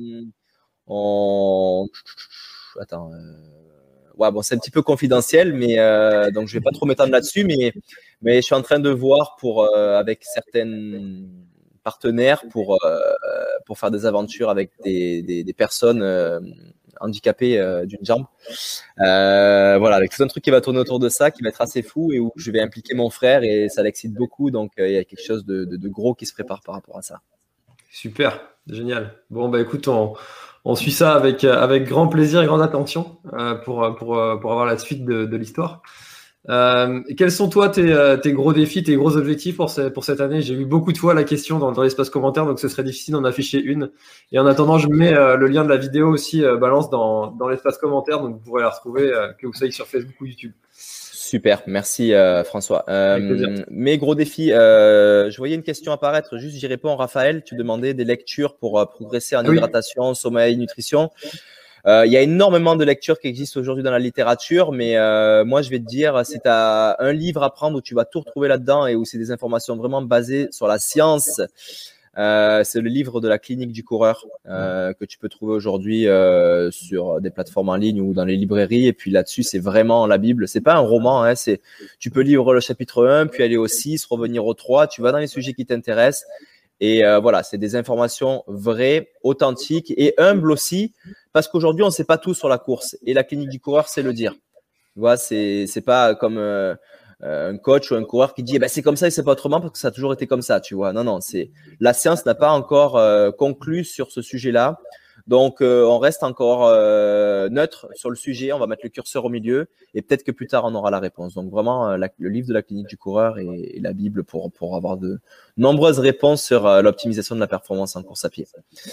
attends. Ouais, bon, c'est un petit peu confidentiel, mais donc je vais pas trop m'étendre là-dessus, mais je suis en train de voir avec certains partenaires pour faire des aventures avec des personnes handicapées d'une jambe. Voilà, avec tout un truc qui va tourner autour de ça, qui va être assez fou et où je vais impliquer mon frère et ça l'excite beaucoup. Donc il y a quelque chose de gros qui se prépare par rapport à ça. Super, génial. Bon, écoute, on suit ça avec grand plaisir et grande attention pour avoir la suite de l'histoire. Quels sont toi tes gros défis, tes gros objectifs pour cette année? J'ai eu beaucoup de fois la question dans l'espace commentaire, donc ce serait difficile d'en afficher une. Et en attendant, je mets le lien de la vidéo aussi balance dans l'espace commentaire, donc vous pourrez la retrouver que vous soyez sur Facebook ou YouTube. Super, merci François. Mes gros défis, je voyais une question apparaître, juste j'y réponds. Raphaël, tu demandais des lectures pour progresser en hydratation, sommeil, nutrition. Il y a énormément de lectures qui existent aujourd'hui dans la littérature, mais moi je vais te dire, si tu as un livre à prendre où tu vas tout retrouver là-dedans et où c'est des informations vraiment basées sur la science, c'est le livre de la clinique du coureur que tu peux trouver aujourd'hui sur des plateformes en ligne ou dans les librairies. Et puis là-dessus, c'est vraiment la Bible. C'est pas un roman, hein, tu peux lire le chapitre 1, puis aller au 6, revenir au 3. Tu vas dans les sujets qui t'intéressent. Et voilà, c'est des informations vraies, authentiques et humbles aussi, parce qu'aujourd'hui, on ne sait pas tout sur la course. Et la clinique du coureur, c'est le dire. Tu vois, c'est pas comme un coach ou un coureur qui dit c'est comme ça et c'est pas autrement parce que ça a toujours été comme ça, tu vois. Non, la science n'a pas encore conclu sur ce sujet-là. Donc, on reste encore neutre sur le sujet. On va mettre le curseur au milieu et peut-être que plus tard, on aura la réponse. Donc, vraiment, le livre de la clinique du coureur et la Bible pour avoir de nombreuses réponses sur l'optimisation de la performance en course à pied.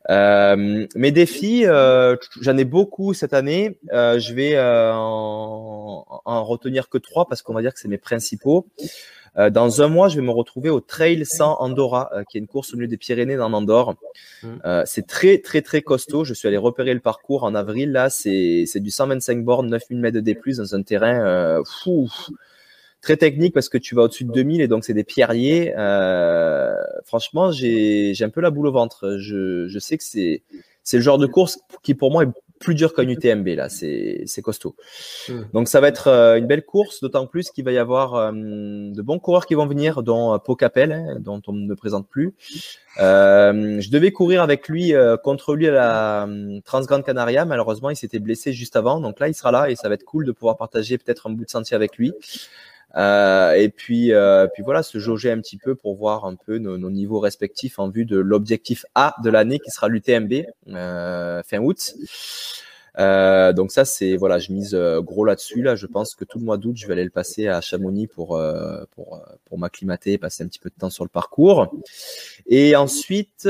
Mes défis, j'en ai beaucoup cette année. Je vais en retenir que 3 parce qu'on va dire que c'est mes principaux. Dans un mois, je vais me retrouver au Trail 100 Andorra, qui est une course au milieu des Pyrénées dans Andorre. C'est très, très, très costaud. Je suis allé repérer le parcours en avril. Là, c'est du 125 bornes, 9000 mètres de D+, dans un terrain très technique parce que tu vas au-dessus de 2000 et donc c'est des pierriers. Franchement, j'ai un peu la boule au ventre. Je sais que c'est le genre de course qui pour moi est plus dur qu'un UTMB là. C'est costaud. Donc ça va être une belle course, d'autant plus qu'il va y avoir de bons coureurs qui vont venir, dont Pau Capel, dont on ne présente plus. Je devais courir avec lui contre lui à la Transgrande Canaria. Malheureusement, il s'était blessé juste avant. Donc là, il sera là et ça va être cool de pouvoir partager peut-être un bout de sentier avec lui. Et puis voilà, se jauger un petit peu pour voir un peu nos niveaux respectifs en vue de l'objectif A de l'année qui sera l'UTMB fin août. Donc ça c'est voilà, je mise gros là-dessus. Là, je pense que tout le mois d'août, je vais aller le passer à Chamonix pour m'acclimater, passer un petit peu de temps sur le parcours. Et ensuite,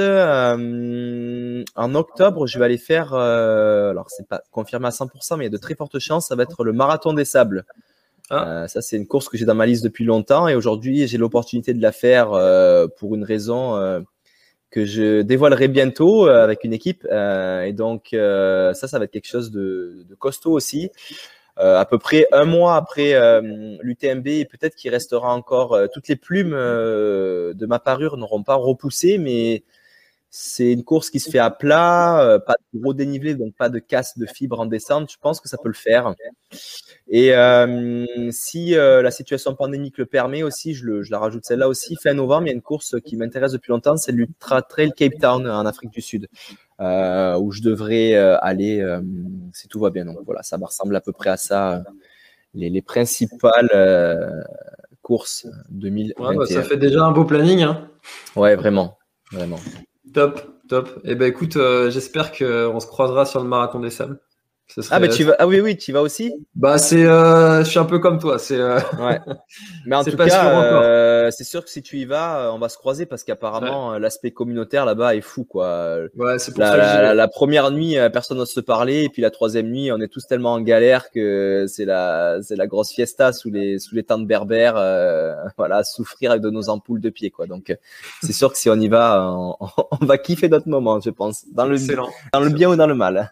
en octobre, je vais aller faire. Alors c'est pas confirmé à 100%, mais il y a de très fortes chances. Ça va être le Marathon des Sables. Ça, c'est une course que j'ai dans ma liste depuis longtemps et aujourd'hui, j'ai l'opportunité de la faire pour une raison que je dévoilerai bientôt avec une équipe. Et donc, ça va être quelque chose de costaud aussi. À peu près un mois après l'UTMB, et peut-être qu'il restera encore toutes les plumes de ma parure n'auront pas repoussé, mais c'est une course qui se fait à plat, pas de gros dénivelé, donc pas de casse de fibres en descente. Je pense que ça peut le faire. Et si la situation pandémique le permet aussi, je la rajoute celle-là aussi. Fin novembre, il y a une course qui m'intéresse depuis longtemps, c'est l'Ultra Trail Cape Town en Afrique du Sud, où je devrais aller si tout va bien. Donc voilà, ça me ressemble à peu près à ça, les principales courses 2021. Ouais, bah, ça fait déjà un beau planning, hein. Ouais, vraiment, vraiment. Top. Et ben écoute, j'espère qu'on se croisera sur le Marathon des Sables. Mais tu vas, oui, tu y vas aussi? Bah je suis un peu comme toi. Ouais. Mais en tout cas, c'est sûr que si tu y vas, on va se croiser parce qu'apparemment l'aspect communautaire là-bas est fou, quoi. Ouais, c'est pour ça que la première nuit, personne n'ose se parler, et puis la troisième nuit, on est tous tellement en galère que c'est la grosse fiesta sous les tentes berbères, voilà, à souffrir de nos ampoules de pied, quoi. Donc c'est sûr que si on y va, on va kiffer notre moment, je pense, dans le bien ou dans le mal.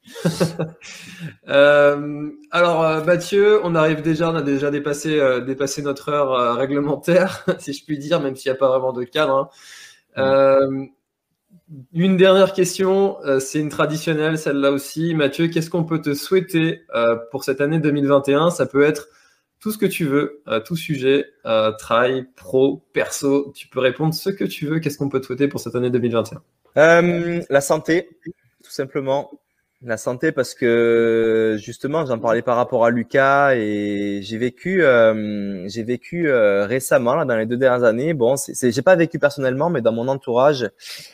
Alors Mathieu, on a déjà dépassé notre heure réglementaire, si je puis dire, même s'il n'y a pas vraiment de cadre, hein. Une dernière question, c'est une traditionnelle, celle-là aussi. Mathieu, qu'est-ce qu'on peut te souhaiter pour cette année 2021? Ça peut être tout ce que tu veux, tout sujet, travail, pro, perso, tu peux répondre ce que tu veux. Qu'est-ce qu'on peut te souhaiter pour cette année 2021? La santé, tout simplement. La santé, parce que justement, j'en parlais par rapport à Lucas et j'ai vécu récemment, là, dans les 2 dernières années. Bon, j'ai pas vécu personnellement, mais dans mon entourage,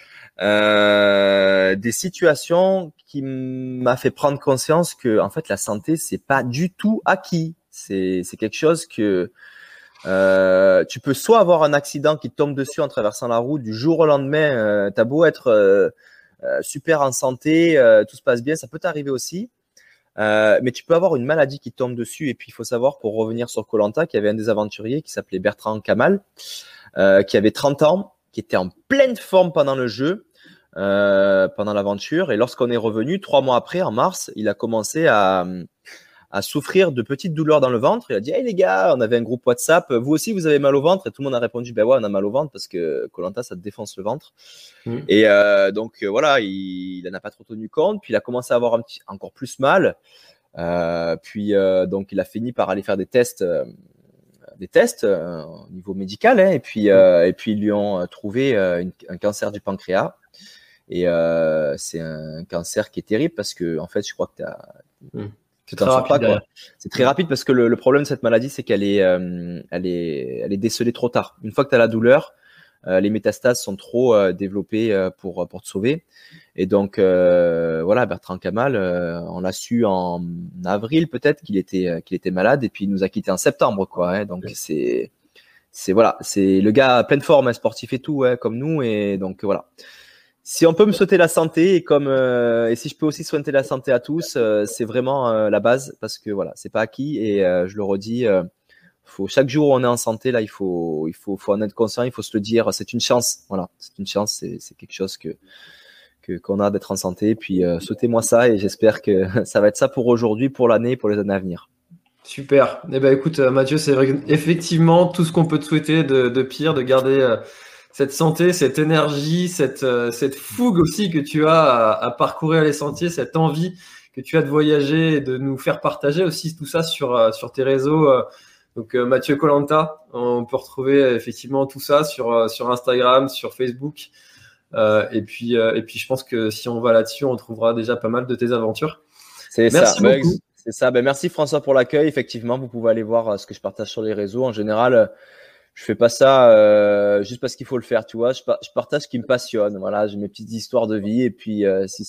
des situations qui m'a fait prendre conscience que, en fait, la santé, c'est pas du tout acquis. C'est quelque chose que tu peux soit avoir un accident qui te tombe dessus en traversant la route du jour au lendemain. T'as beau être super en santé, tout se passe bien, ça peut t'arriver aussi. Mais tu peux avoir une maladie qui tombe dessus. Et puis, il faut savoir, pour revenir sur Koh-Lanta, qu'il y avait un des aventuriers qui s'appelait Bertrand Kamal, qui avait 30 ans, qui était en pleine forme pendant le jeu, pendant l'aventure. Et lorsqu'on est revenu, 3 mois après, en mars, il a commencé à souffrir de petites douleurs dans le ventre. Il a dit, hey les gars, on avait un groupe WhatsApp, vous aussi vous avez mal au ventre? Et tout le monde a répondu, ben ouais, on a mal au ventre parce que Koh-Lanta, ça te défonce le ventre. Et donc voilà, il en a pas trop tenu compte, puis il a commencé à avoir encore plus mal. Donc il a fini par aller faire des tests au niveau médical, hein, et puis ils lui ont trouvé un cancer du pancréas. Et c'est un cancer qui est terrible parce que en fait, je crois que c'est très rapide, quoi. C'est très rapide parce que le problème de cette maladie, c'est qu'elle est décelée trop tard. Une fois que tu as la douleur, les métastases sont trop développées pour te sauver. Et donc voilà, Bertrand Kamal, on l'a su en avril peut-être qu'il était malade, et puis il nous a quittés en septembre, quoi. Hein. Donc c'est voilà, c'est le gars à pleine forme, hein, sportif et tout, hein, comme nous, et donc voilà. Si on peut me souhaiter la santé et si je peux aussi souhaiter la santé à tous, c'est vraiment la base parce que voilà, c'est pas acquis et je le redis, chaque jour où on est en santé là, il faut en être conscient, il faut se le dire, c'est une chance, voilà, c'est une chance, c'est quelque chose qu'on a d'être en santé. Puis souhaitez-moi ça et j'espère que ça va être ça pour aujourd'hui, pour l'année, pour les années à venir. Super. Eh ben écoute Mathieu, c'est vrai effectivement tout ce qu'on peut te souhaiter de pire, de garder cette santé, cette énergie, cette fougue aussi que tu as à parcourir les sentiers, cette envie que tu as de voyager et de nous faire partager aussi tout ça sur tes réseaux. Donc Mathieu Kollanta, on peut retrouver effectivement tout ça sur Instagram, sur Facebook. Et puis je pense que si on va là-dessus, on trouvera déjà pas mal de tes aventures. Merci beaucoup. C'est ça. Merci François pour l'accueil. Effectivement, vous pouvez aller voir ce que je partage sur les réseaux. En général, je fais pas ça juste parce qu'il faut le faire, tu vois. Je partage ce qui me passionne. Voilà, j'ai mes petites histoires de vie et puis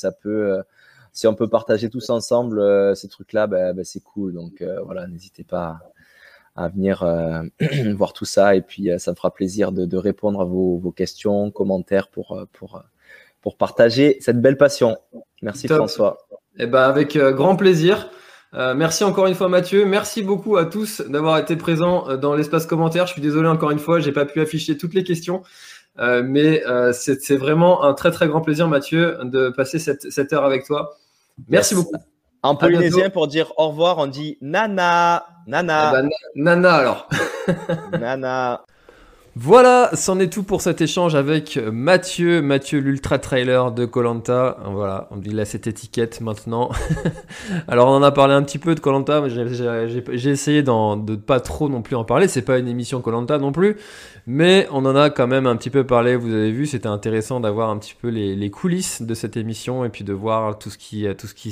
si on peut partager tous ensemble ces trucs-là, c'est cool. Donc voilà, n'hésitez pas à venir voir tout ça et puis ça me fera plaisir de répondre à vos questions, commentaires pour partager cette belle passion. Merci Top. François. Eh ben avec grand plaisir. Merci encore une fois Mathieu, merci beaucoup à tous d'avoir été présents dans l'espace commentaire. Je suis désolé encore une fois, j'ai pas pu afficher toutes les questions, mais c'est vraiment un très très grand plaisir Mathieu de passer cette heure avec toi. Merci beaucoup. En polynésien pour dire au revoir, on dit nana. Nana. Eh ben, nana alors. Nana. Voilà, c'en est tout pour cet échange avec Mathieu l'ultra trailer de Koh-Lanta. Voilà, on dit là cette étiquette maintenant. Alors on en a parlé un petit peu de Koh-Lanta, mais j'ai essayé de pas trop non plus en parler. C'est pas une émission Koh-Lanta non plus, mais on en a quand même un petit peu parlé. Vous avez vu, c'était intéressant d'avoir un petit peu les coulisses de cette émission et puis de voir tout ce qui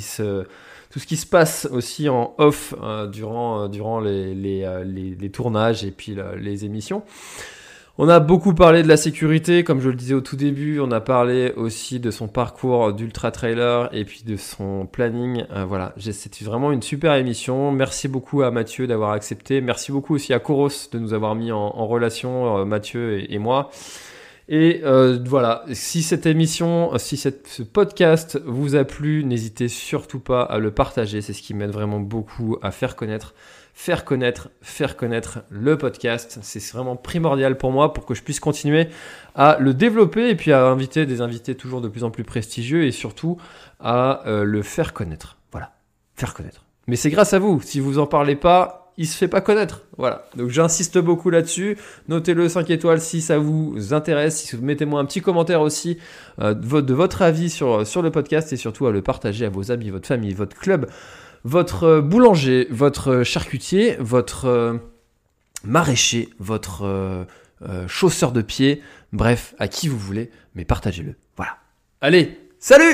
se passe aussi en off durant les tournages et puis les émissions. On a beaucoup parlé de la sécurité, comme je le disais au tout début. On a parlé aussi de son parcours d'ultra trailer et puis de son planning. Voilà, c'était vraiment une super émission. Merci beaucoup à Mathieu d'avoir accepté. Merci beaucoup aussi à Koros de nous avoir mis en relation, Mathieu et moi. Et voilà, si cette émission, ce podcast vous a plu, n'hésitez surtout pas à le partager. C'est ce qui m'aide vraiment beaucoup à faire connaître le podcast. C'est vraiment primordial pour moi pour que je puisse continuer à le développer et puis à inviter des invités toujours de plus en plus prestigieux et surtout à le faire connaître. Voilà, faire connaître. Mais c'est grâce à vous. Si vous en parlez pas, il se fait pas connaître. Voilà. Donc j'insiste beaucoup là-dessus. Notez-le 5 étoiles si ça vous intéresse. Mettez-moi un petit commentaire aussi de votre avis sur le podcast et surtout à le partager à vos amis, votre famille, votre club, votre boulanger, votre charcutier, votre maraîcher, votre chausseur de pied, bref, à qui vous voulez, mais partagez-le. Voilà. Allez, salut!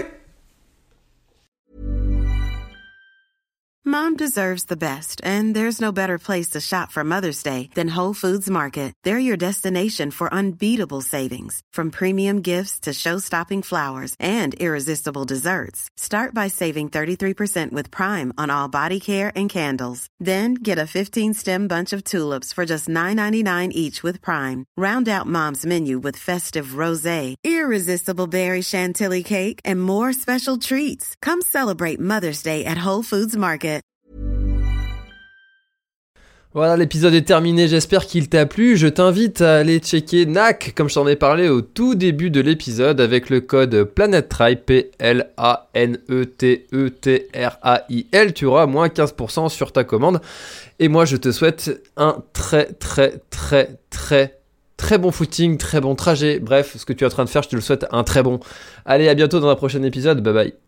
Mom deserves the best, and there's no better place to shop for Mother's Day than Whole Foods Market. They're your destination for unbeatable savings, from premium gifts to show-stopping flowers and irresistible desserts. Start by saving 33% with Prime on all body care and candles. Then get a 15-stem bunch of tulips for just $9.99 each with Prime. Round out Mom's menu with festive rosé, irresistible berry chantilly cake, and more special treats. Come celebrate Mother's Day at Whole Foods Market. Voilà, l'épisode est terminé, j'espère qu'il t'a plu. Je t'invite à aller checker NAC, comme je t'en ai parlé au tout début de l'épisode, avec le code PlanetTrail, PLANETETRAIL. Tu auras moins 15% sur ta commande. Et moi, je te souhaite un très bon footing, très bon trajet. Bref, ce que tu es en train de faire, je te le souhaite un très bon. Allez, à bientôt dans un prochain épisode. Bye bye.